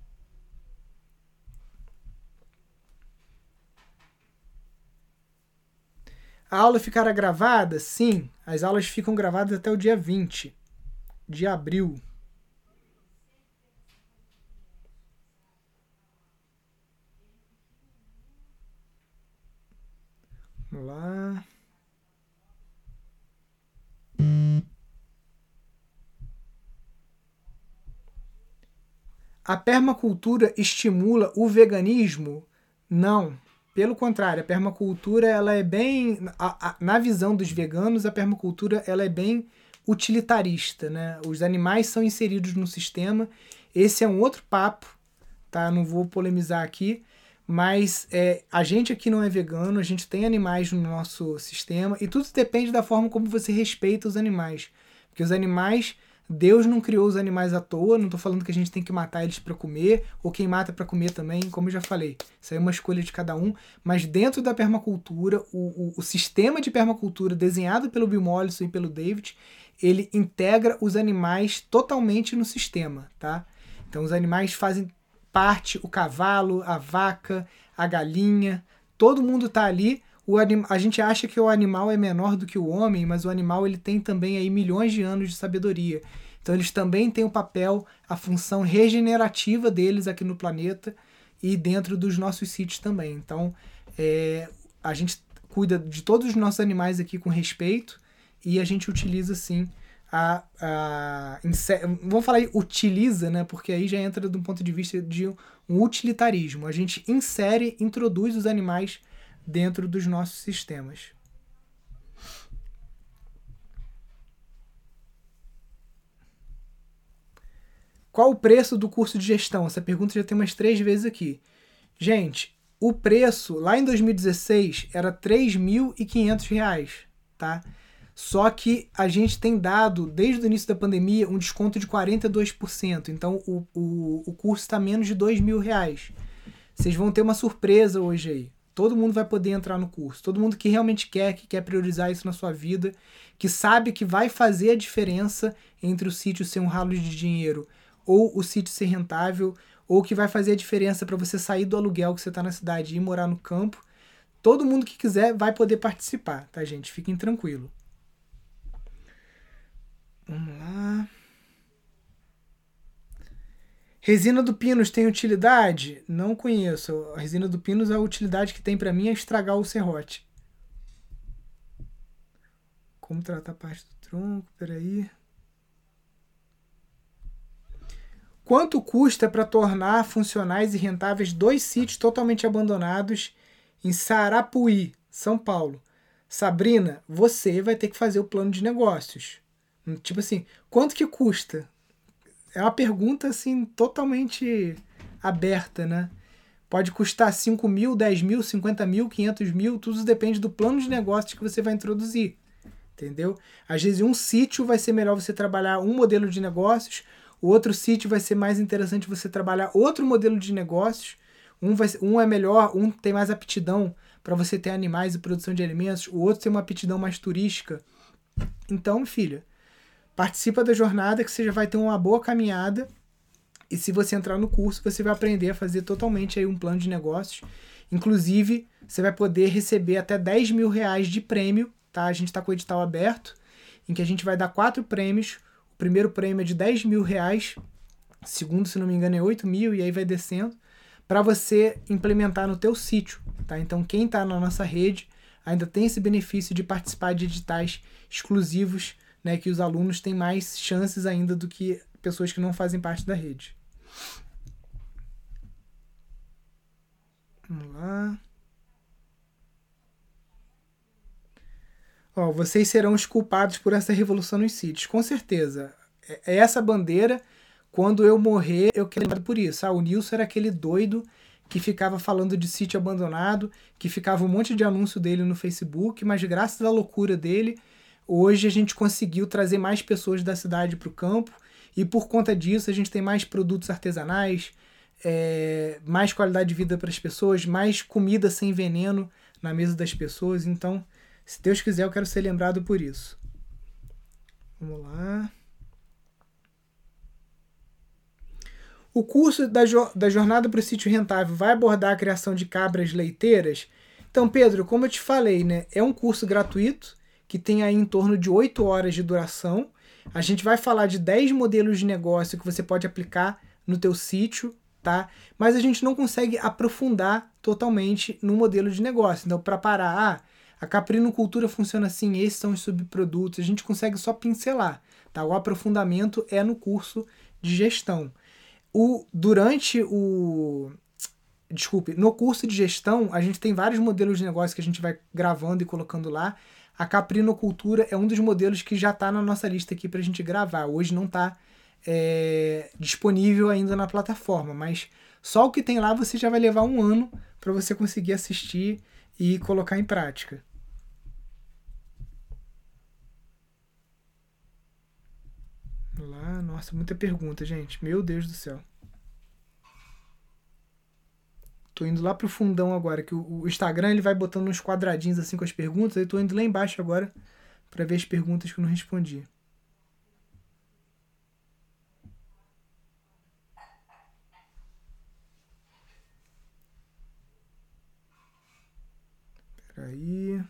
A aula ficará gravada? Sim, as aulas ficam gravadas até o dia 20 de abril. Vamos lá. A permacultura estimula o veganismo? Não. Pelo contrário, a permacultura ela é bem... na visão dos veganos, a permacultura ela é bem utilitarista, né? Os animais são inseridos no sistema. Esse é um outro papo, tá? Não vou polemizar aqui, mas a gente aqui não é vegano, a gente tem animais no nosso sistema e tudo depende da forma como você respeita os animais. Porque os animais... Deus não criou os animais à toa, não estou falando que a gente tem que matar eles para comer, ou quem mata para comer também, como eu já falei. Isso aí é uma escolha de cada um, mas dentro da permacultura, o sistema de permacultura desenhado pelo Bill Mollison e pelo David, ele integra os animais totalmente no sistema, tá? Então os animais fazem parte, o cavalo, a vaca, a galinha, todo mundo está ali. A gente acha que o animal é menor do que o homem, mas o animal ele tem também aí milhões de anos de sabedoria. Então eles também têm o papel, a função regenerativa deles aqui no planeta e dentro dos nossos sítios também. Então a gente cuida de todos os nossos animais aqui com respeito e a gente utiliza sim vamos falar aí utiliza, né? Porque aí já entra do ponto de vista de um utilitarismo. A gente introduz os animais dentro dos nossos sistemas. Qual o preço do curso de gestão? Essa pergunta já tem umas 3 vezes aqui. Gente, o preço lá em 2016 era R$ 3.500, tá? Só que a gente tem dado, desde o início da pandemia, um desconto de 42%. Então o curso está menos de R$ 2.000. Vocês vão ter uma surpresa hoje aí. Todo mundo vai poder entrar no curso. Todo mundo que realmente que quer priorizar isso na sua vida, que sabe que vai fazer a diferença entre o sítio ser um ralo de dinheiro ou o sítio ser rentável, ou que vai fazer a diferença para você sair do aluguel que você está na cidade e ir morar no campo. Todo mundo que quiser vai poder participar, tá, gente? Fiquem tranquilos. Vamos lá. Resina do Pinus tem utilidade? Não conheço. A resina do Pinus, a utilidade que tem para mim é estragar o serrote. Como tratar a parte do tronco? Peraí. Quanto custa para tornar funcionais e rentáveis 2 sítios totalmente abandonados em Sarapuí, São Paulo? Sabrina, você vai ter que fazer o plano de negócios. Tipo assim, quanto que custa? É uma pergunta, assim, totalmente aberta, né? Pode custar 5 mil, 10 mil, 50 mil, 500 mil, tudo depende do plano de negócios que você vai introduzir, entendeu? Às vezes um sítio vai ser melhor você trabalhar um modelo de negócios, o outro sítio vai ser mais interessante você trabalhar outro modelo de negócios, um é melhor, um tem mais aptidão para você ter animais e produção de alimentos, o outro tem uma aptidão mais turística. Então, filha, participa da jornada que você já vai ter uma boa caminhada. E se você entrar no curso, você vai aprender a fazer totalmente aí um plano de negócios. Inclusive, você vai poder receber até 10 mil reais de prêmio, tá? A gente está com o edital aberto, em que a gente vai dar 4 prêmios. O primeiro prêmio é de 10 mil reais, o segundo, se não me engano, é 8 mil, e aí vai descendo, para você implementar no teu sítio, tá? Então, quem está na nossa rede ainda tem esse benefício de participar de editais exclusivos, né? Que os alunos têm mais chances ainda do que pessoas que não fazem parte da rede. Vamos lá. Ó, vocês serão os culpados por essa revolução nos sítios. Com certeza. É essa bandeira, quando eu morrer, eu quero lembrar por isso. O Nilson era aquele doido que ficava falando de sítio abandonado, que ficava um monte de anúncio dele no Facebook, mas graças à loucura dele, hoje a gente conseguiu trazer mais pessoas da cidade para o campo, e por conta disso a gente tem mais produtos artesanais, mais qualidade de vida para as pessoas, mais comida sem veneno na mesa das pessoas. Então, se Deus quiser, eu quero ser lembrado por isso. Vamos lá. O curso da Jornada para o Sítio Rentável vai abordar a criação de cabras leiteiras? Então, Pedro, como eu te falei, né, é um curso gratuito que tem aí em torno de 8 horas de duração. A gente vai falar de 10 modelos de negócio que você pode aplicar no teu sítio, tá? Mas a gente não consegue aprofundar totalmente no modelo de negócio. Então, para parar, a caprinocultura funciona assim, esses são os subprodutos, a gente consegue só pincelar, tá? O aprofundamento é no curso de gestão. No curso de gestão, a gente tem vários modelos de negócio que a gente vai gravando e colocando lá. A caprinocultura é um dos modelos que já está na nossa lista aqui para a gente gravar. Hoje não está disponível ainda na plataforma, mas só o que tem lá você já vai levar um ano para você conseguir assistir e colocar em prática. Lá, nossa, muita pergunta, gente. Meu Deus do céu. Tô indo lá pro fundão agora, que o Instagram ele vai botando uns quadradinhos assim com as perguntas, aí tô indo lá embaixo agora para ver as perguntas que eu não respondi. Peraí.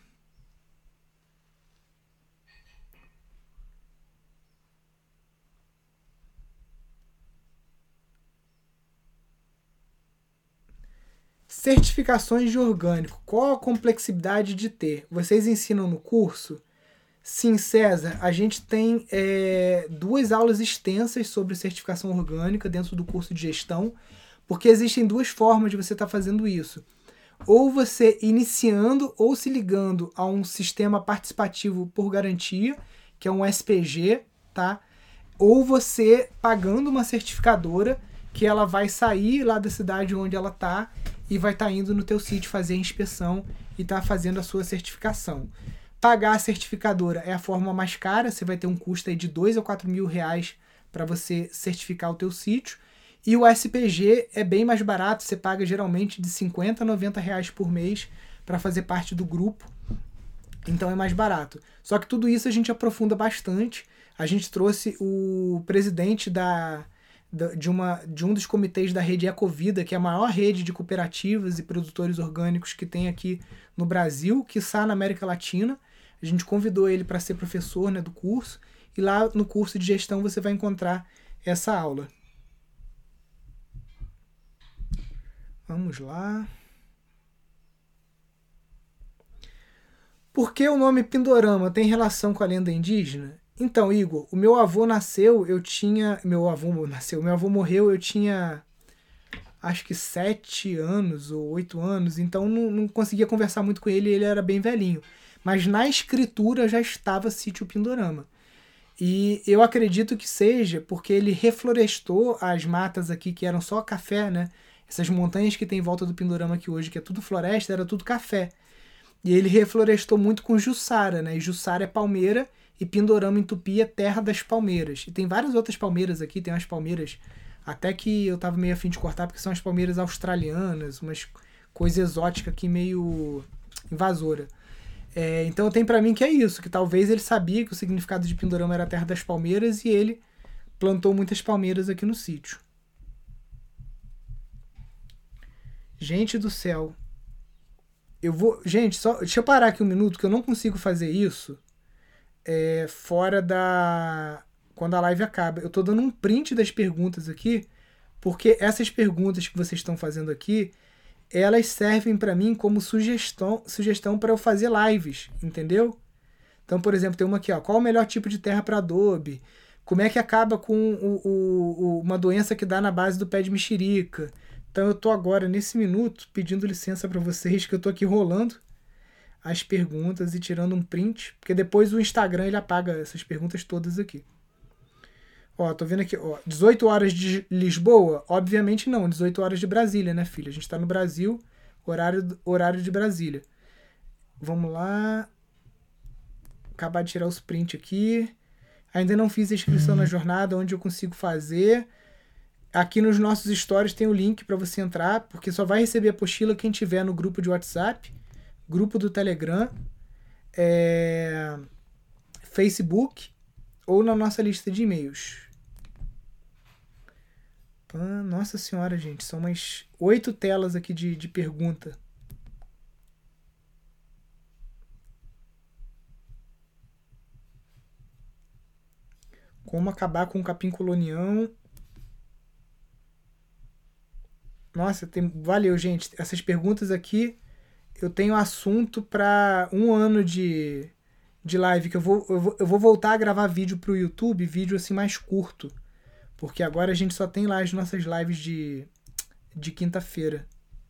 Certificações de orgânico. Qual a complexidade de ter? Vocês ensinam no curso? Sim, César. A gente tem 2 aulas extensas sobre certificação orgânica dentro do curso de gestão, porque existem 2 formas de você estar fazendo isso. Ou você iniciando ou se ligando a um sistema participativo por garantia, que é um SPG, tá? Ou você pagando uma certificadora que ela vai sair lá da cidade onde ela está e vai estar indo no teu sítio fazer a inspeção e tá fazendo a sua certificação. Pagar a certificadora é a forma mais cara, você vai ter um custo aí de 2 a 4 mil reais para você certificar o teu sítio. E o SPG é bem mais barato, você paga geralmente de 50 a 90 reais por mês para fazer parte do grupo. Então é mais barato. Só que tudo isso a gente aprofunda bastante. A gente trouxe o presidente de um dos comitês da rede Ecovida, que é a maior rede de cooperativas e produtores orgânicos que tem aqui no Brasil, quiçá na América Latina. A gente convidou ele para ser professor, né, do curso, e lá no curso de gestão você vai encontrar essa aula. Vamos lá. Por que o nome Pindorama tem relação com a lenda indígena? Então, Igor, o meu avô nasceu, eu tinha... Meu avô morreu, eu tinha acho que 7 anos ou 8 anos, então não conseguia conversar muito com ele, ele era bem velhinho. Mas na escritura já estava Sítio Pindorama. E eu acredito que seja porque ele reflorestou as matas aqui que eram só café, né? Essas montanhas que tem em volta do Pindorama aqui hoje, que é tudo floresta, era tudo café. E ele reflorestou muito com Jussara, né? E Jussara é palmeira e Pindorama em Tupi é terra das palmeiras. E tem várias outras palmeiras aqui, tem umas palmeiras até que eu tava meio afim de cortar, porque são as palmeiras australianas, umas coisa exótica aqui meio invasora. Então tem pra mim que é isso, que talvez ele sabia que o significado de Pindorama era a terra das palmeiras e ele plantou muitas palmeiras aqui no sítio. Gente do céu. Gente, deixa eu parar aqui um minuto, que eu não consigo fazer isso fora da... quando a live acaba. Eu tô dando um print das perguntas aqui, porque essas perguntas que vocês estão fazendo aqui, elas servem para mim como sugestão para eu fazer lives, entendeu? Então, por exemplo, tem uma aqui, ó, qual o melhor tipo de terra para adobe? Como é que acaba com uma doença que dá na base do pé de mexerica? Então eu tô agora, nesse minuto, pedindo licença para vocês, que eu tô aqui rolando as perguntas e tirando um print, porque depois o Instagram ele apaga essas perguntas todas aqui. Ó, tô vendo aqui, ó, 18 horas de Lisboa? Obviamente não, 18 horas de Brasília, né, filha? A gente tá no Brasil, horário de Brasília. Vamos lá. Acabar de tirar os prints aqui. Ainda não fiz a inscrição na jornada, onde eu consigo fazer. Aqui nos nossos stories tem o link para você entrar, porque só vai receber a apostila quem tiver no grupo de WhatsApp, grupo do Telegram, Facebook ou na nossa lista de e-mails. Nossa senhora, gente, são umas 8 telas aqui de pergunta. Como acabar com o capim colonião? Nossa, valeu, gente. Essas perguntas aqui, eu tenho assunto para um ano de live, que eu vou voltar a gravar vídeo pro YouTube, vídeo assim mais curto. Porque agora a gente só tem lá as nossas lives de quinta-feira.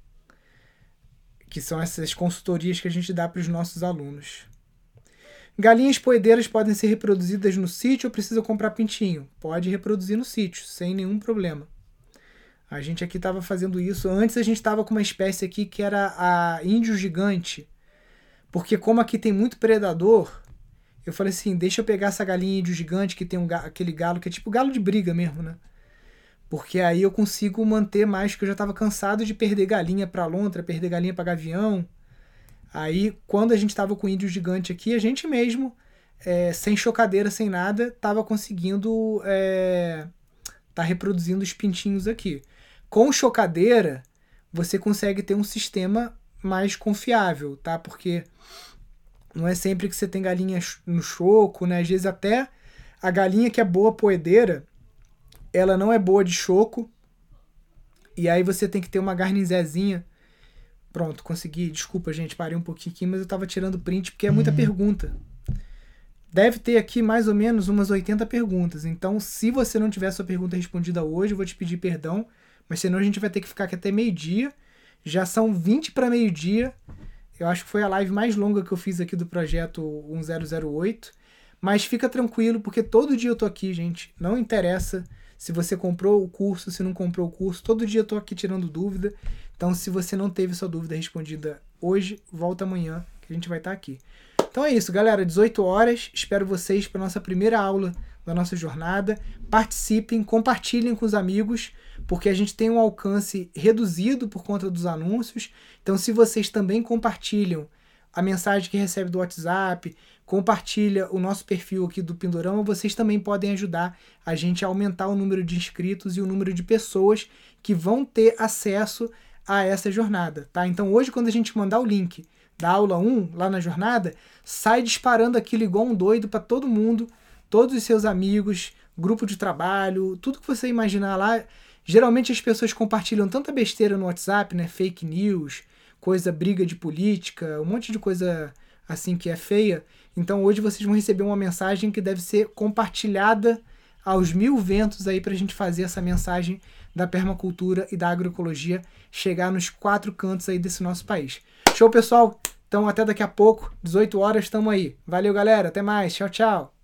Que são essas consultorias que a gente dá para os nossos alunos. Galinhas poedeiras podem ser reproduzidas no sítio ou precisa comprar pintinho? Pode reproduzir no sítio, sem nenhum problema. A gente aqui estava fazendo isso. Antes a gente estava com uma espécie aqui que era a índio gigante. Porque como aqui tem muito predador... Eu falei assim, deixa eu pegar essa galinha índio gigante que tem aquele galo que é tipo galo de briga mesmo, né? Porque aí eu consigo manter mais, que eu já estava cansado de perder galinha para lontra, perder galinha para gavião. Aí, quando a gente estava com o índio gigante aqui, a gente mesmo, sem chocadeira, sem nada, estava conseguindo tá reproduzindo os pintinhos aqui. Com chocadeira, você consegue ter um sistema mais confiável, tá? Porque... não é sempre que você tem galinha no choco, né? Às vezes até a galinha que é boa poedeira, ela não é boa de choco. E aí você tem que ter uma garnizezinha. Pronto, consegui. Desculpa, gente, parei um pouquinho aqui, mas eu tava tirando print porque é muita pergunta. Deve ter aqui mais ou menos umas 80 perguntas. Então, se você não tiver sua pergunta respondida hoje, eu vou te pedir perdão. Mas senão a gente vai ter que ficar aqui até meio-dia. Já são 20 para meio-dia. Eu acho que foi a live mais longa que eu fiz aqui do projeto 1008. Mas fica tranquilo, porque todo dia eu tô aqui, gente. Não interessa se você comprou o curso, se não comprou o curso. Todo dia eu tô aqui tirando dúvida. Então, se você não teve sua dúvida respondida hoje, volta amanhã, que a gente vai estar aqui. Então é isso, galera. 18 horas. Espero vocês para nossa primeira aula da nossa jornada. Participem, compartilhem com os amigos, porque a gente tem um alcance reduzido por conta dos anúncios. Então, se vocês também compartilham a mensagem que recebe do WhatsApp, compartilha o nosso perfil aqui do Pindorama, vocês também podem ajudar a gente a aumentar o número de inscritos e o número de pessoas que vão ter acesso a essa jornada, tá? Então, hoje, quando a gente mandar o link da aula 1 lá na jornada, sai disparando aquilo igual um doido para todo mundo, todos os seus amigos, grupo de trabalho, tudo que você imaginar lá. Geralmente as pessoas compartilham tanta besteira no WhatsApp, né? Fake news, briga de política, um monte de coisa assim que é feia. Então hoje vocês vão receber uma mensagem que deve ser compartilhada aos 1000 ventos aí pra gente fazer essa mensagem da permacultura e da agroecologia chegar nos 4 cantos aí desse nosso país. Show, pessoal? Então até daqui a pouco, 18 horas, tamo aí. Valeu, galera. Até mais. Tchau, tchau.